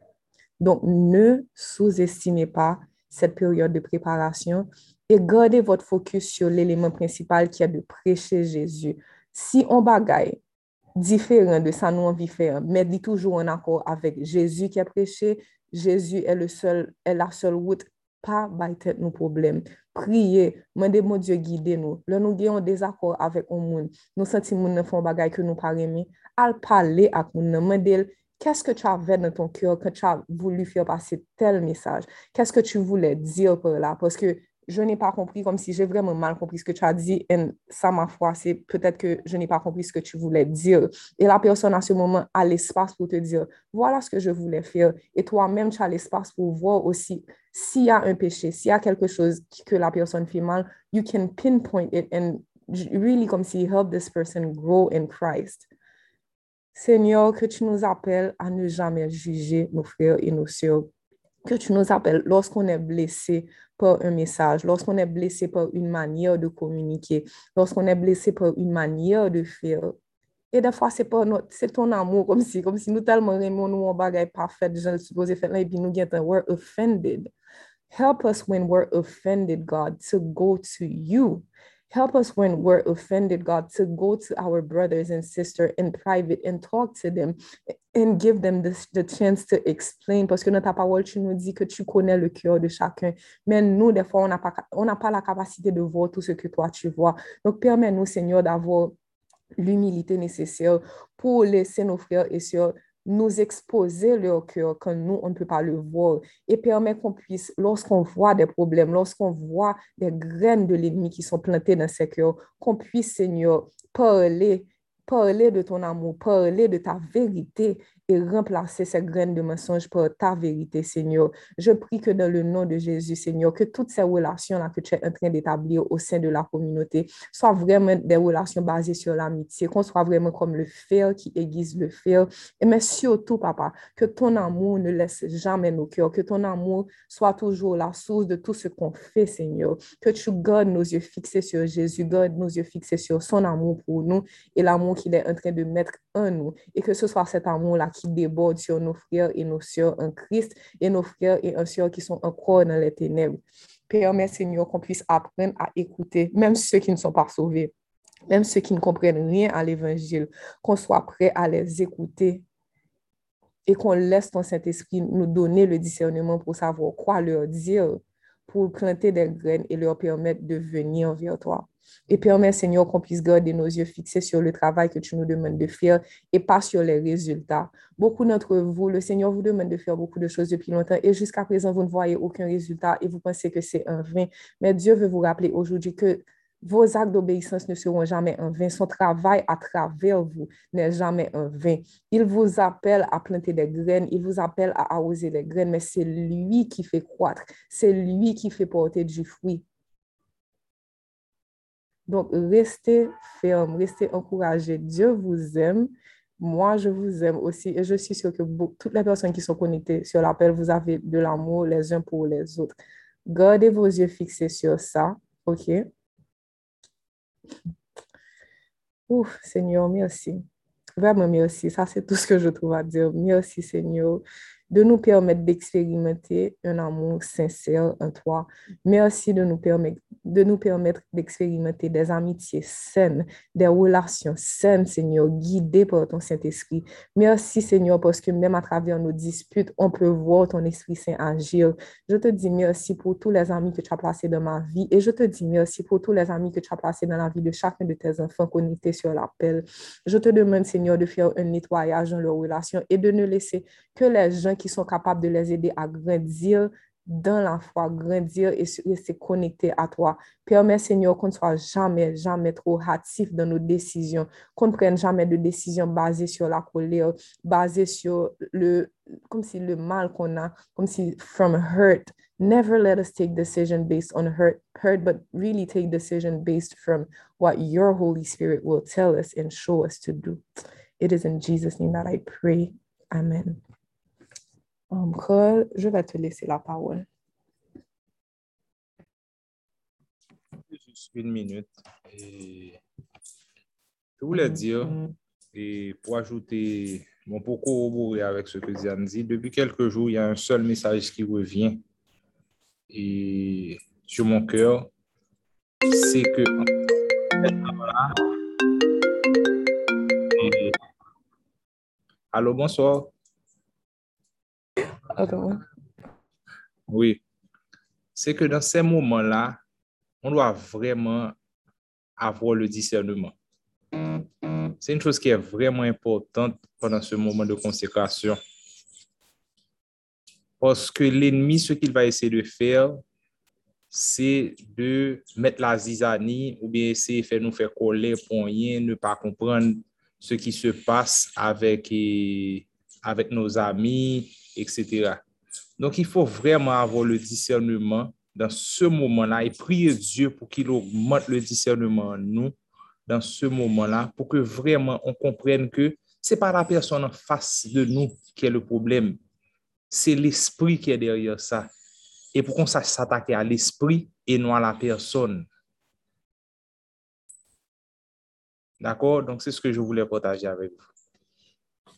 Donc, ne sous-estimez pas cette période de préparation et gardez votre focus sur l'élément principal qui est de prêcher Jésus. Si on bagaille différent de ça, nous envie faire, mais dit toujours en accord avec Jésus qui a prêché, Jésus est la seule route, pas by tête nos problèmes. Priez, demandez mon Dieu guider nous. Là, nous avons des accords avec un monde. Nous sentons que nous faisons des bagailles que nous pas aimer. Al parler avec nous, demandez qu'est-ce que tu avais dans ton cœur quand tu as voulu faire passer tel message? Qu'est-ce que tu voulais dire par là? Parce que je n'ai pas compris, comme si j'ai vraiment mal compris ce que tu as dit. Et ça, ma foi, c'est peut-être que je n'ai pas compris ce que tu voulais dire. Et la personne, à ce moment, a l'espace pour te dire, voilà ce que je voulais faire. Et toi-même, tu as l'espace pour voir aussi s'il y a un péché, s'il y a quelque chose que la personne fait mal, you can pinpoint it and really comme si help this person grow in Christ. Seigneur, que tu nous appelles à ne jamais juger nos frères et nos sœurs. Que tu nous appelles lorsqu'on est blessé par un message, lorsqu'on est blessé par une manière de communiquer, lorsqu'on est blessé par une manière de faire. Et des fois, c'est ton amour, comme si nous tellement aimons nous en bagaille parfaite, je le suppose, et puis nous we're offended. Help us when we're offended, God, to go to you. Help us when we're offended, God, to go to our brothers and sisters in private and talk to them and give them the chance to explain. Parce que dans ta parole, tu nous dis que tu connais le cœur de chacun. Mais nous, des fois, on n'a pas la capacité de voir tout ce que toi, tu vois. Donc, permets-nous, Seigneur, d'avoir l'humilité nécessaire pour laisser nos frères et sœurs nous exposer leur cœur quand nous, on ne peut pas le voir et permet qu'on puisse, lorsqu'on voit des problèmes, lorsqu'on voit des graines de l'ennemi qui sont plantées dans ces cœurs, qu'on puisse, Seigneur, parler de ton amour, parler de ta vérité et remplacer ces graines de mensonges par ta vérité, Seigneur. Je prie que dans le nom de Jésus, Seigneur, que toutes ces relations-là que tu es en train d'établir au sein de la communauté soient vraiment des relations basées sur l'amitié, qu'on soit vraiment comme le fer qui aiguise le fer. Mais surtout, Papa, que ton amour ne laisse jamais nos cœurs, que ton amour soit toujours la source de tout ce qu'on fait, Seigneur. Que tu gardes nos yeux fixés sur Jésus, garde nos yeux fixés sur son amour pour nous et l'amour qu'il est en train de mettre en nous. Et que ce soit cet amour-là qui déborde sur nos frères et nos sœurs en Christ et nos frères et nos sœurs qui sont encore dans les ténèbres. Permets, Seigneur, qu'on puisse apprendre à écouter, même ceux qui ne sont pas sauvés. même ceux qui ne comprennent rien à l'évangile, qu'on soit prêt à les écouter et qu'on laisse ton Saint-Esprit nous donner le discernement pour savoir quoi leur dire, pour planter des graines et leur permettre de venir vers toi. Et permets, Seigneur, qu'on puisse garder nos yeux fixés sur le travail que tu nous demandes de faire et pas sur les résultats. Beaucoup d'entre vous, le Seigneur vous demande de faire beaucoup de choses depuis longtemps et jusqu'à présent, vous ne voyez aucun résultat et vous pensez que c'est un vain. Mais Dieu veut vous rappeler aujourd'hui que vos actes d'obéissance ne seront jamais en vain. Son travail à travers vous n'est jamais en vain. Il vous appelle à planter des graines, il vous appelle à arroser les graines, mais c'est lui qui fait croître, c'est lui qui fait porter du fruit. Donc, restez ferme, restez encouragés. Dieu vous aime. Moi, je vous aime aussi. Et je suis sûre que toutes les personnes qui sont connectées sur l'appel, vous avez de l'amour les uns pour les autres. Gardez vos yeux fixés sur ça. OK? Ouf, Seigneur, merci. Vraiment, merci. Ça, c'est tout ce que je trouve à dire. Merci, Seigneur, de nous permettre d'expérimenter un amour sincère en toi. Merci de nous permettre d'expérimenter des amitiés saines, des relations saines, Seigneur, guidées par ton Saint-Esprit. Merci, Seigneur, parce que même à travers nos disputes, on peut voir ton Esprit Saint agir. Je te dis merci pour tous les amis que tu as placés dans ma vie et je te dis merci pour tous les amis que tu as placés dans la vie de chacun de tes enfants connectés sur l'appel. Je te demande, Seigneur, de faire un nettoyage dans leurs relations et de ne laisser que les gens qui sont capables de les aider à grandir dans la foi, grandir et rester connectés à toi. Permets, Seigneur, qu'on ne soit jamais, jamais trop hâtif dans nos décisions, qu'on ne prenne jamais de décisions basées sur la colère, basées sur comme si le mal qu'on a, comme si from hurt. Never let us take decision based on hurt, but really take decision based from what your Holy Spirit will tell us and show us to do. It is in Jesus' name that I pray. Amen. Cole, je vais te laisser la parole. Juste une minute. Et je voulais dire, et pour ajouter, pour corroborer avec ce que Diane dit, depuis quelques jours, il y a un seul message qui revient et sur mon cœur, c'est que allô, bonsoir. Attends. Oui, c'est que dans ces moments-là, on doit vraiment avoir le discernement. C'est une chose qui est vraiment importante pendant ce moment de consécration. Parce que l'ennemi, ce qu'il va essayer de faire, c'est de mettre la zizanie ou bien essayer de faire nous faire coller pour rien, ne pas comprendre ce qui se passe avec nos amis, etc. Donc, il faut vraiment avoir le discernement dans ce moment-là et prier Dieu pour qu'il augmente le discernement en nous dans ce moment-là pour que vraiment on comprenne que ce n'est pas la personne en face de nous qui est le problème, c'est l'esprit qui est derrière ça. Et pour qu'on sache s'attaquer à l'esprit et non à la personne. D'accord? Donc, c'est ce que je voulais partager avec vous.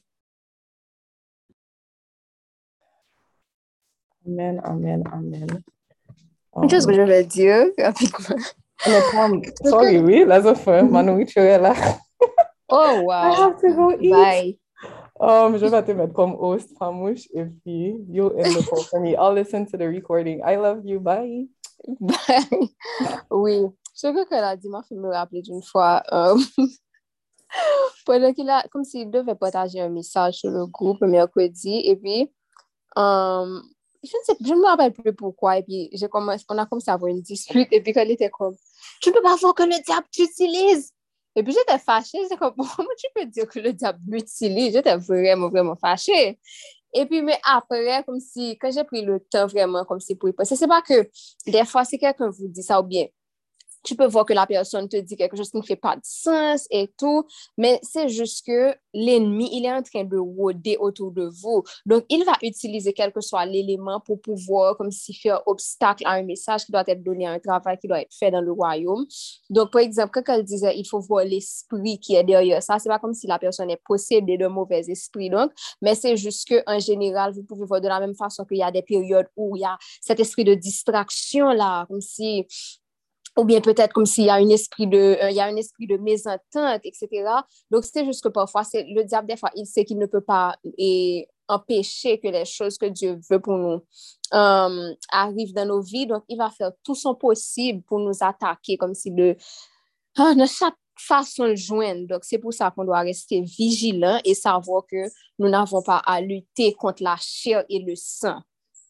Amen, amen, amen. Une chose que je vais dire rapidement. Sorry, oui, la fin, ma nourriture est là. Oh, wow. I have to go eat. Bye. Je vais te mettre comme host, Famouche, et puis you end the call for me. I'll listen to the recording. I love you. Bye. Bye. Oui. Ce que elle a dit m'a fait me rappeler d'une fois, pendant qu'il a, comme s'il devait partager un message sur le groupe le mercredi, et puis, je ne me rappelle plus pourquoi, et puis on a commencé à avoir une dispute, et puis qu'elle était comme, tu ne peux pas voir que le diable t'utilise. Et puis j'étais fâchée, j'étais comme, comment tu peux dire que le diable m'utilise? J'étais vraiment, vraiment fâchée. Et puis, mais après, comme si, quand j'ai pris le temps vraiment, comme si pour y penser, c'est pas que des fois, si quelqu'un vous dit ça ou bien, tu peux voir que la personne te dit quelque chose qui ne fait pas de sens et tout, mais c'est juste que l'ennemi, il est en train de rôder autour de vous. Donc, il va utiliser quel que soit l'élément pour pouvoir, comme si, faire obstacle à un message qui doit être donné, à un travail qui doit être fait dans le royaume. Donc, par exemple, quand elle disait, il faut voir l'esprit qui est derrière ça, c'est pas comme si la personne est possédée d'un mauvais esprit, donc, mais c'est juste qu'en général, vous pouvez voir de la même façon qu'il y a des périodes où il y a cet esprit de distraction là, comme si ou bien peut-être comme s'il y a un esprit de mésentente, etc. Donc, c'est juste que parfois, le diable, des fois, il sait qu'il ne peut pas empêcher que les choses que Dieu veut pour nous arrivent dans nos vies. Donc, il va faire tout son possible pour nous attaquer comme si de chaque façon de joindre. Donc, c'est pour ça qu'on doit rester vigilant et savoir que nous n'avons pas à lutter contre la chair et le sang.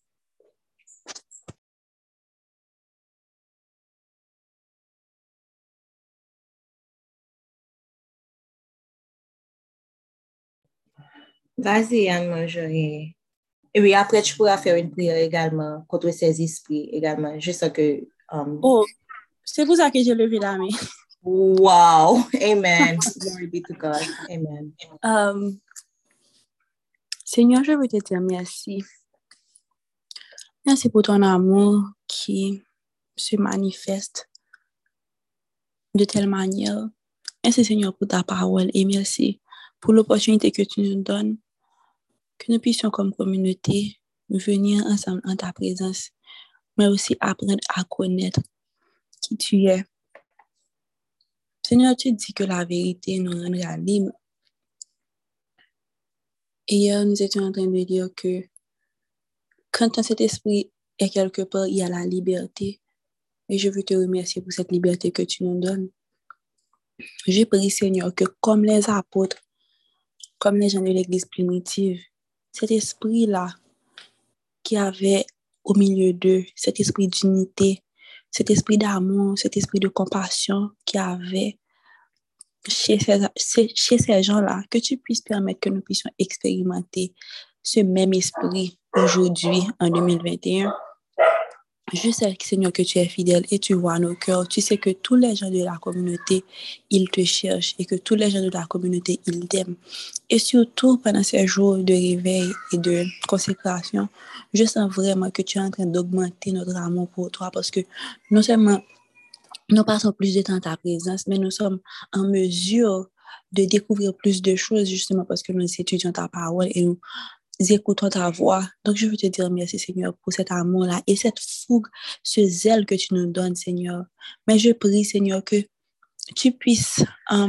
Vas-y, Anne-Marjorie. Et oui, après, tu pourras faire une prière également contre ces esprits également. Je sens que... Oh, c'est pour ça que j'ai levé la main. Wow! Amen. Glory be to God. Amen. Seigneur, je veux te dire merci. Merci pour ton amour qui se manifeste de telle manière. Merci, Seigneur, pour ta parole et merci pour l'opportunité que tu nous donnes, que nous puissions comme communauté venir ensemble en ta présence, mais aussi apprendre à connaître qui tu es. Seigneur, tu dis que la vérité nous rendra libres. Et hier, nous étions en train de dire que quand cet esprit est quelque part, il y a la liberté. Et je veux te remercier pour cette liberté que tu nous donnes. Je prie, Seigneur, que comme les apôtres, comme les gens de l'Église primitive, cet esprit-là qui avait au milieu d'eux, cet esprit d'unité, cet esprit d'amour, cet esprit de compassion qui avait chez ces gens-là, que tu puisses permettre que nous puissions expérimenter ce même esprit aujourd'hui, en 2021. Je sais, Seigneur, que tu es fidèle et tu vois nos cœurs. Tu sais que tous les gens de la communauté, ils te cherchent et que tous les gens de la communauté, ils t'aiment. Et surtout, pendant ces jours de réveil et de consécration, je sens vraiment que tu es en train d'augmenter notre amour pour toi parce que non seulement nous passons plus de temps à ta présence, mais nous sommes en mesure de découvrir plus de choses justement parce que nous étudions ta parole et nous écoutons ta voix. Donc, je veux te dire merci, Seigneur, pour cet amour-là et cette fougue, ce zèle que tu nous donnes, Seigneur. Mais je prie, Seigneur, que tu puisses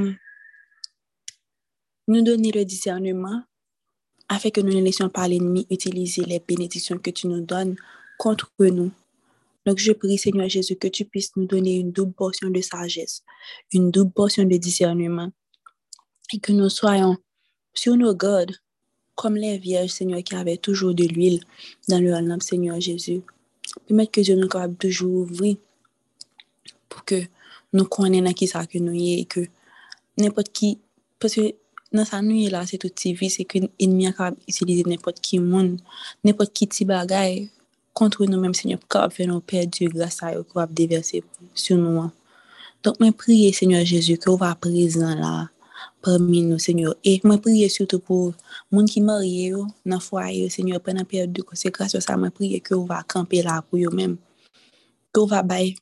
nous donner le discernement afin que nous ne laissions pas l'ennemi utiliser les bénédictions que tu nous donnes contre nous. Donc, je prie, Seigneur Jésus, que tu puisses nous donner une double portion de sagesse, une double portion de discernement et que nous soyons sur nos gardes comme les vierges, Seigneur, qui avaient toujours de l'huile dans leur lampe, Seigneur Jésus. Permettre que Dieu nous capable toujours ouvrir pour que nous connaissions qui ça que nous y et que n'importe qui, parce que dans sa nuit là, c'est tout TV, c'est que l'ennemi a capable d'utiliser n'importe qui monde, n'importe qui petit bagaille contre nous-mêmes, Seigneur, pour capable faire nous perdre grâce à eux, capable déverser sur nous. Donc, je prie, Seigneur Jésus, que vous va présent là parmi nous, Seigneur. Et je prie surtout pour les gens qui sont mariés dans le foyer, Seigneur, pendant la période de consécration, ça, je prie que vous va camper là pour eux-mêmes. Que vous va bailler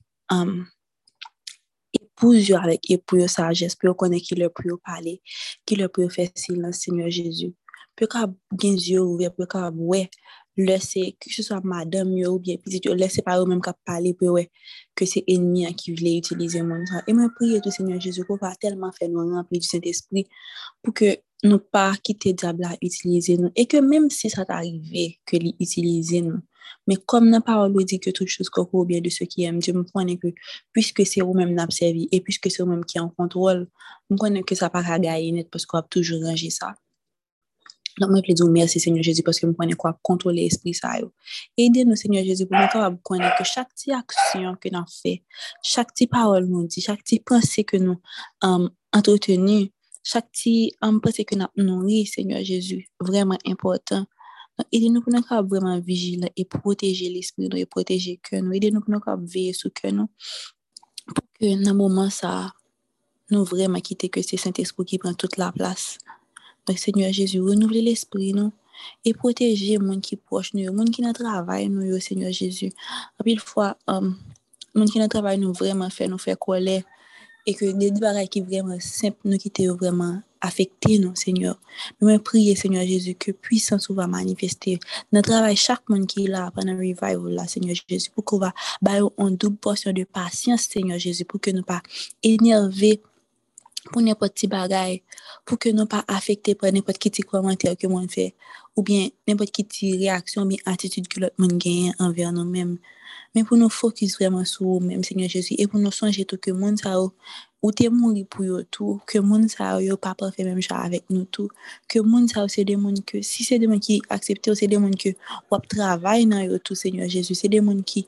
épouse avec épouse sagesse, pour connaître qui leur peut parler, qui leur peut faire silence, Seigneur Jésus. Pour qu'on ait les yeux ouverts, pour qu'on ouais, laisser que ce soit madame ou bien petite, laisser pas eux-mêmes qu'à parler pour ouais que c'est ennemi qui voulait utiliser mon sang. Et moi prie tout Seigneur Jésus qu'on va tellement faire nous remplir du Saint-Esprit pour que nous pas quitter diable à utiliser nous et que même si ça t'arrivait que l'utiliser nous, mais comme la parole dit que toute chose concourt bien de ceux qui aiment Dieu, me connais que puisque c'est vous-même n'a servi et puisque c'est vous-même qui en contrôle, me connais que ça pas à gagner net parce qu'on a toujours rangé ça. Donc, moi, je dis merci, Seigneur Jésus, parce que nous connaissons quoi contrôler l'esprit ça. Aidez-nous, Seigneur Jésus, pour nous connaître que chaque petite action que nous faisons, chaque petite parole nous dit, chaque petite pensée que nous entretenons, chaque petite pensée que nous nourrit, Seigneur Jésus, vraiment important. Donc, aidez-nous pour nous vraiment vigilants et protéger l'esprit et protéger le cœur nous. Aidez-nous pour nous veiller sur le cœur nous, pour que dans le moment ça, nous vraiment quitter que c'est Saint-Esprit qui prend toute la place. Donc, Seigneur Jésus, renouveler l'esprit, nous, et protéger les gens qui sont proches, les gens qui travaillent, nous, Seigneur Jésus. Et puis, une fois, les gens qui travaillent, nous, vraiment, nous faire colère. et que des bagages qui vraiment simples nous qui étaient vraiment affectés nous Seigneur. Mais prier Seigneur Jésus que puissance va manifester dans travail chaque monde qui est là pendant le revival là Seigneur Jésus pour qu'on va bailler une double portion de patience Seigneur Jésus pour que nous pas énerver pour n'importe petit bagaille, pour que nous pas affectés par n'importe qui petit commentaire que monde fait ou bien n'importe qui petite réaction bien attitude que l'autre monde gagne envers nous-mêmes. Mais pour nous focus vraiment sur nous-mêmes Seigneur Jésus et pour nous songer tout que monde ça ou t'es mourir pour eux tout que monde ça yo pas parfait même genre avec nous tout que monde ça c'est des monde que si c'est des monde qui acceptent c'est des monde que ou travail dans eux tout Seigneur Jésus c'est des monde qui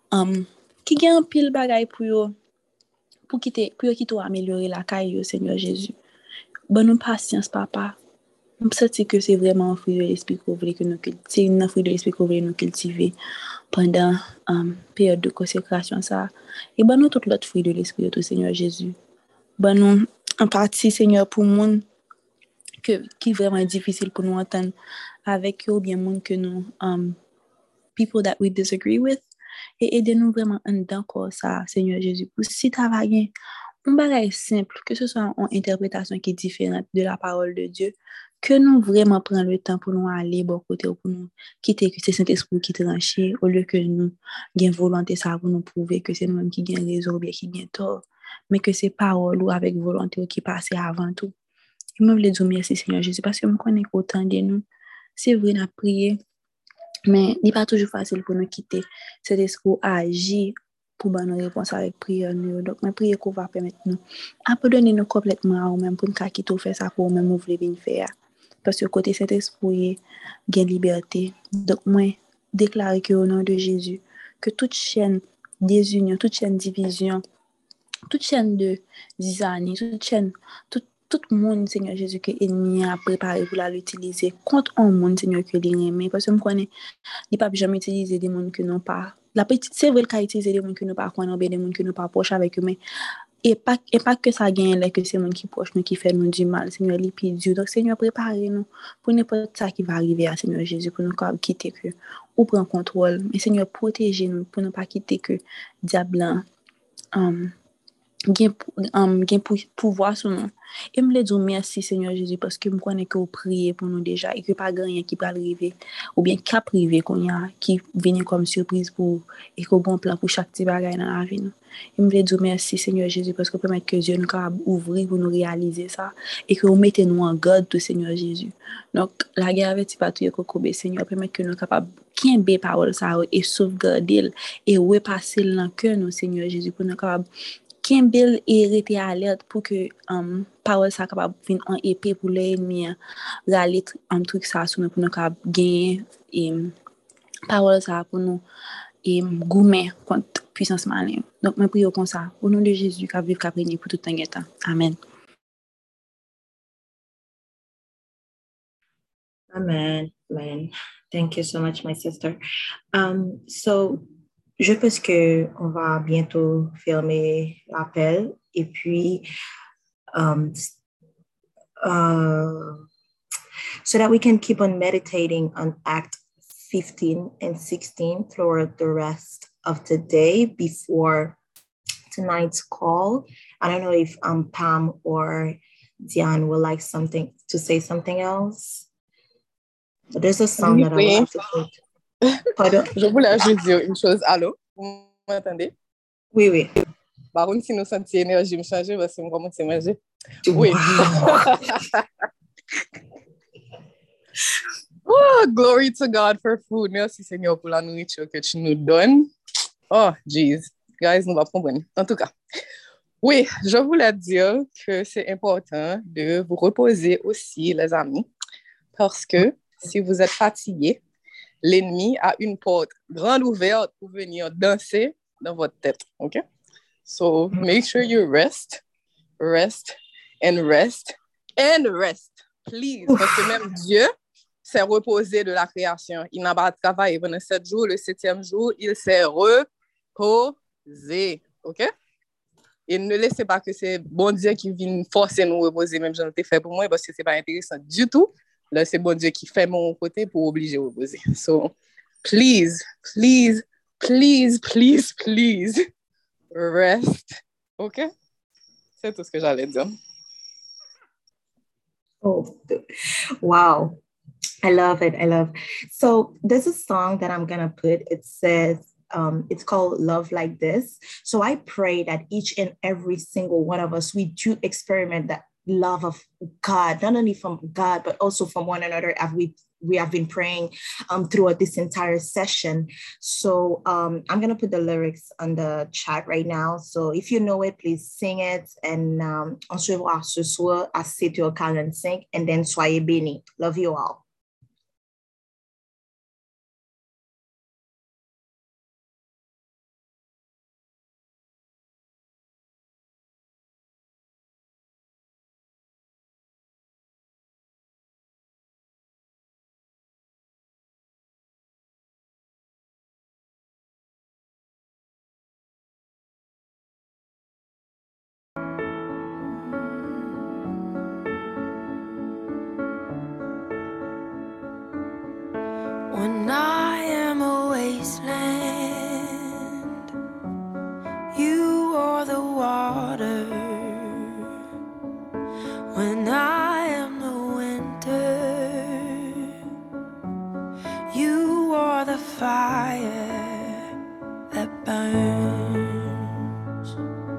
gagne pile bagaille pour eux pour quitter améliorer la caille Seigneur Jésus. Bonne patience papa. On sait que c'est vraiment un fruit de l'esprit qu'on voulait que nous c'est une fruit de l'esprit qu'on voulait nous cultiver pendant période de consécration ça. Et bon nous tout l'autre fruit de l'esprit tout Seigneur Jésus. Bon nous en partie Seigneur pour monde qui vraiment difficile pour nous entendre avec eux ou bien monde que nous people that we disagree with et aidez-nous vraiment en dedans quoi ça Seigneur Jésus pour si tu as un bagage simple que ce soit une interprétation qui est différente de la parole de Dieu que nous vraiment prendre le temps pour nous aller bon côté ou pour nous quitter que c'est Saint-Esprit qui tranche au lieu que nous gain volonté ça pour nous prouver que c'est nous même qui gain raison ou bien qui gain tort mais que c'est parole ou avec volonté qui passe avant tout. Je me voulais dire merci Seigneur Jésus parce que me connais autant de nous c'est vrai n'a prier mais il n'est pas toujours facile pour nous quitter cet esprit agir pour nous réponse avec prière. Donc, je prie qu'on va permettre nous abandonner nous complètement à nous-mêmes pour nous quitter faire ça pour nous-mêmes ouvrir bien faire. Parce que côté cet esprit, il y a liberté. Donc, moi, déclare que au nom de Jésus, que toute chaîne désunion, toute chaîne division, toute chaîne de zizanie, toute chaîne, tout le monde, Seigneur Jésus, que l'ennemi a préparé pour l'utiliser contre un monde, Seigneur, que l'ennemi. Parce que je connais, il ne peut jamais utiliser des gens que n'ont pas. La petite, c'est vrai qu'il a utilisé des gens que nous pas connaissons, des gens que nous pas proches avec eux, mais et pas que ça gagne là que c'est gens qui proches nous qui fait nous du mal, Seigneur, les plus Dieu. Donc, Seigneur, préparez-nous pour n'importe ça qui va arriver à Seigneur Jésus, pour nous quitter que, ou prendre contrôle. Mais Seigneur, protégez-nous pour ne pas quitter que diable gain pouvoir sur nous. Et me le dire merci Seigneur Jésus parce que me connais que vous priez pour nous déjà et que pas rien qui peut arriver ou bien cap privé qu'on y a qui vient comme surprise pour et qu'on bon plan pour chaque petit bagage dans la vie nous. Et me le dire merci Seigneur Jésus parce que permettre que Dieu nous capable ouvrir pour nous réaliser ça et que vous mettez nous en garde tout Seigneur Jésus. Donc la guerre avec pas tout kokobé Seigneur permettre que nous capable kimbe parole ça et sauvegarder et repasser dans cœur nous Seigneur Jésus pour nous capable Kimbel et rester alerte pour que parole ça capable venir en épée pour l'ennemi râler un truc ça sur nous pour nous capable gagner et parole ça pour nous et goumer contre puissance malin. Donc me prie comme ça au nom de Jésus qui vive qui régner pour tout temps. Amen. Amen. Amen. Thank you so much, my sister. So je pense que on va bientôt fermer l'appel et puis so that we can keep on meditating on Act 15 and 16 for the rest of the day before tonight's call. I don't know if Pam or Diane would like to say something else. But there's a song that I would like to put. Pardon? Je voulais juste dire une chose. Allô? Vous m'entendez? Oui, oui. Par contre, si nous sentons l'énergie me changer, parce que nous commençons à manger. Oui. Wow. Oh, glory to God for food. Merci Seigneur pour la nourriture que tu nous donnes. Oh, jeez. Guys, nous va comprendre. En tout cas, oui, je voulais dire que c'est important de vous reposer aussi, les amis, parce que si vous êtes fatigués, l'ennemi a une porte grande ouverte pour venir danser dans votre tête, OK? So, make sure you rest, and rest, please. Parce que même Dieu s'est reposé de la création. Il n'a pas travaillé pendant 7 jours. Le 7e jour, il s'est reposé, OK? Et ne laissez pas que c'est bon Dieu qui vient forcer nous reposer, même j'en ai fait pour moi, parce que c'est pas intéressant du tout. Là, c'est bon Dieu qui fait mon côté pour obliger à reposer. So, please, rest. OK? C'est tout ce que j'allais dire. Oh, wow. I love it. I love. So there's a song that I'm gonna put. It says, it's called Love Like This. So I pray that each and every single one of us, we do experiment that love of God, not only from God, but also from one another, as we have been praying throughout this entire session. So I'm going to put the lyrics on the chat right now. So if you know it, please sing it. And on se revoit ce soir à 7h45. And then soyez bénis. Love you all. When I am a wasteland, you are the water. When I am the winter, you are the fire that burns.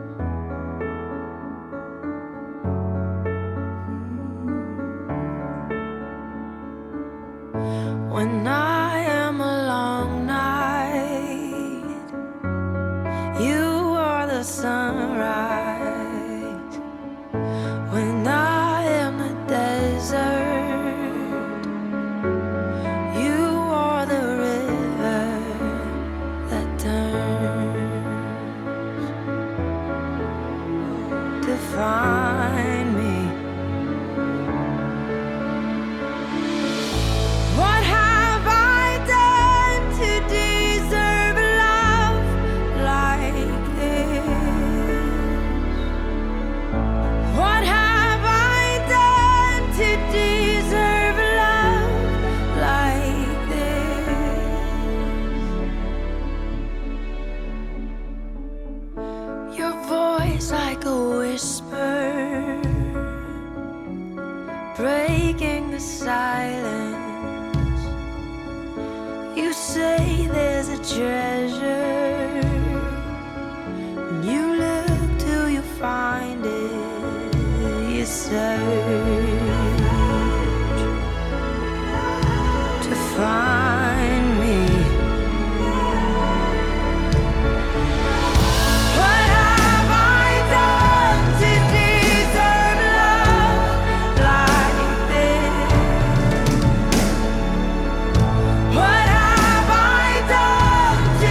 When I am a long night, you are the sunrise. When I am the desert, you are the river that turns. Define me. What have I done to deserve love like this? What have I done to deserve love like this? Your voice like a whisper, breaking the silence. You say there's a treasure, and you look till you find it. You search to find me. What have I done to deserve love like this? What have I done to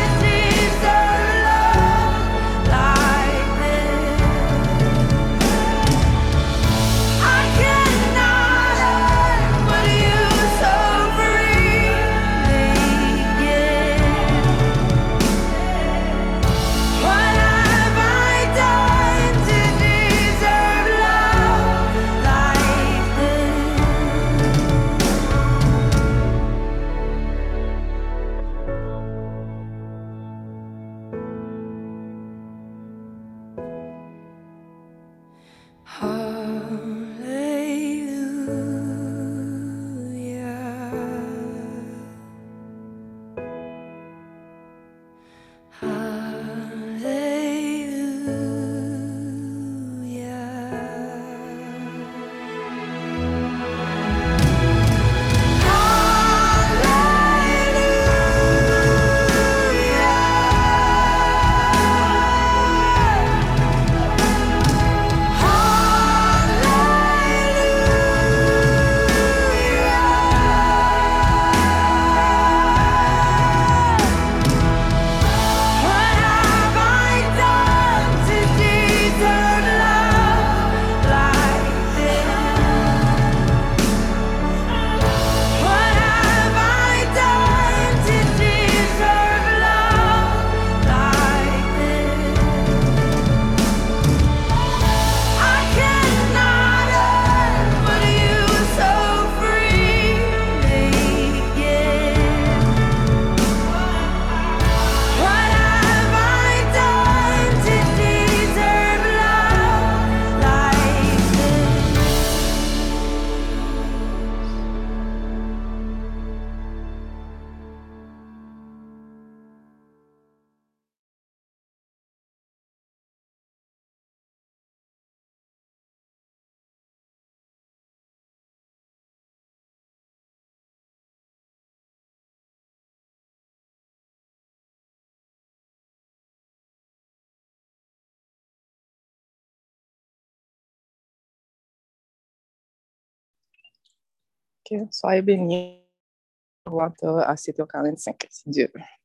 Ok, soyez bénis. On va à 7h45, si Dieu veut.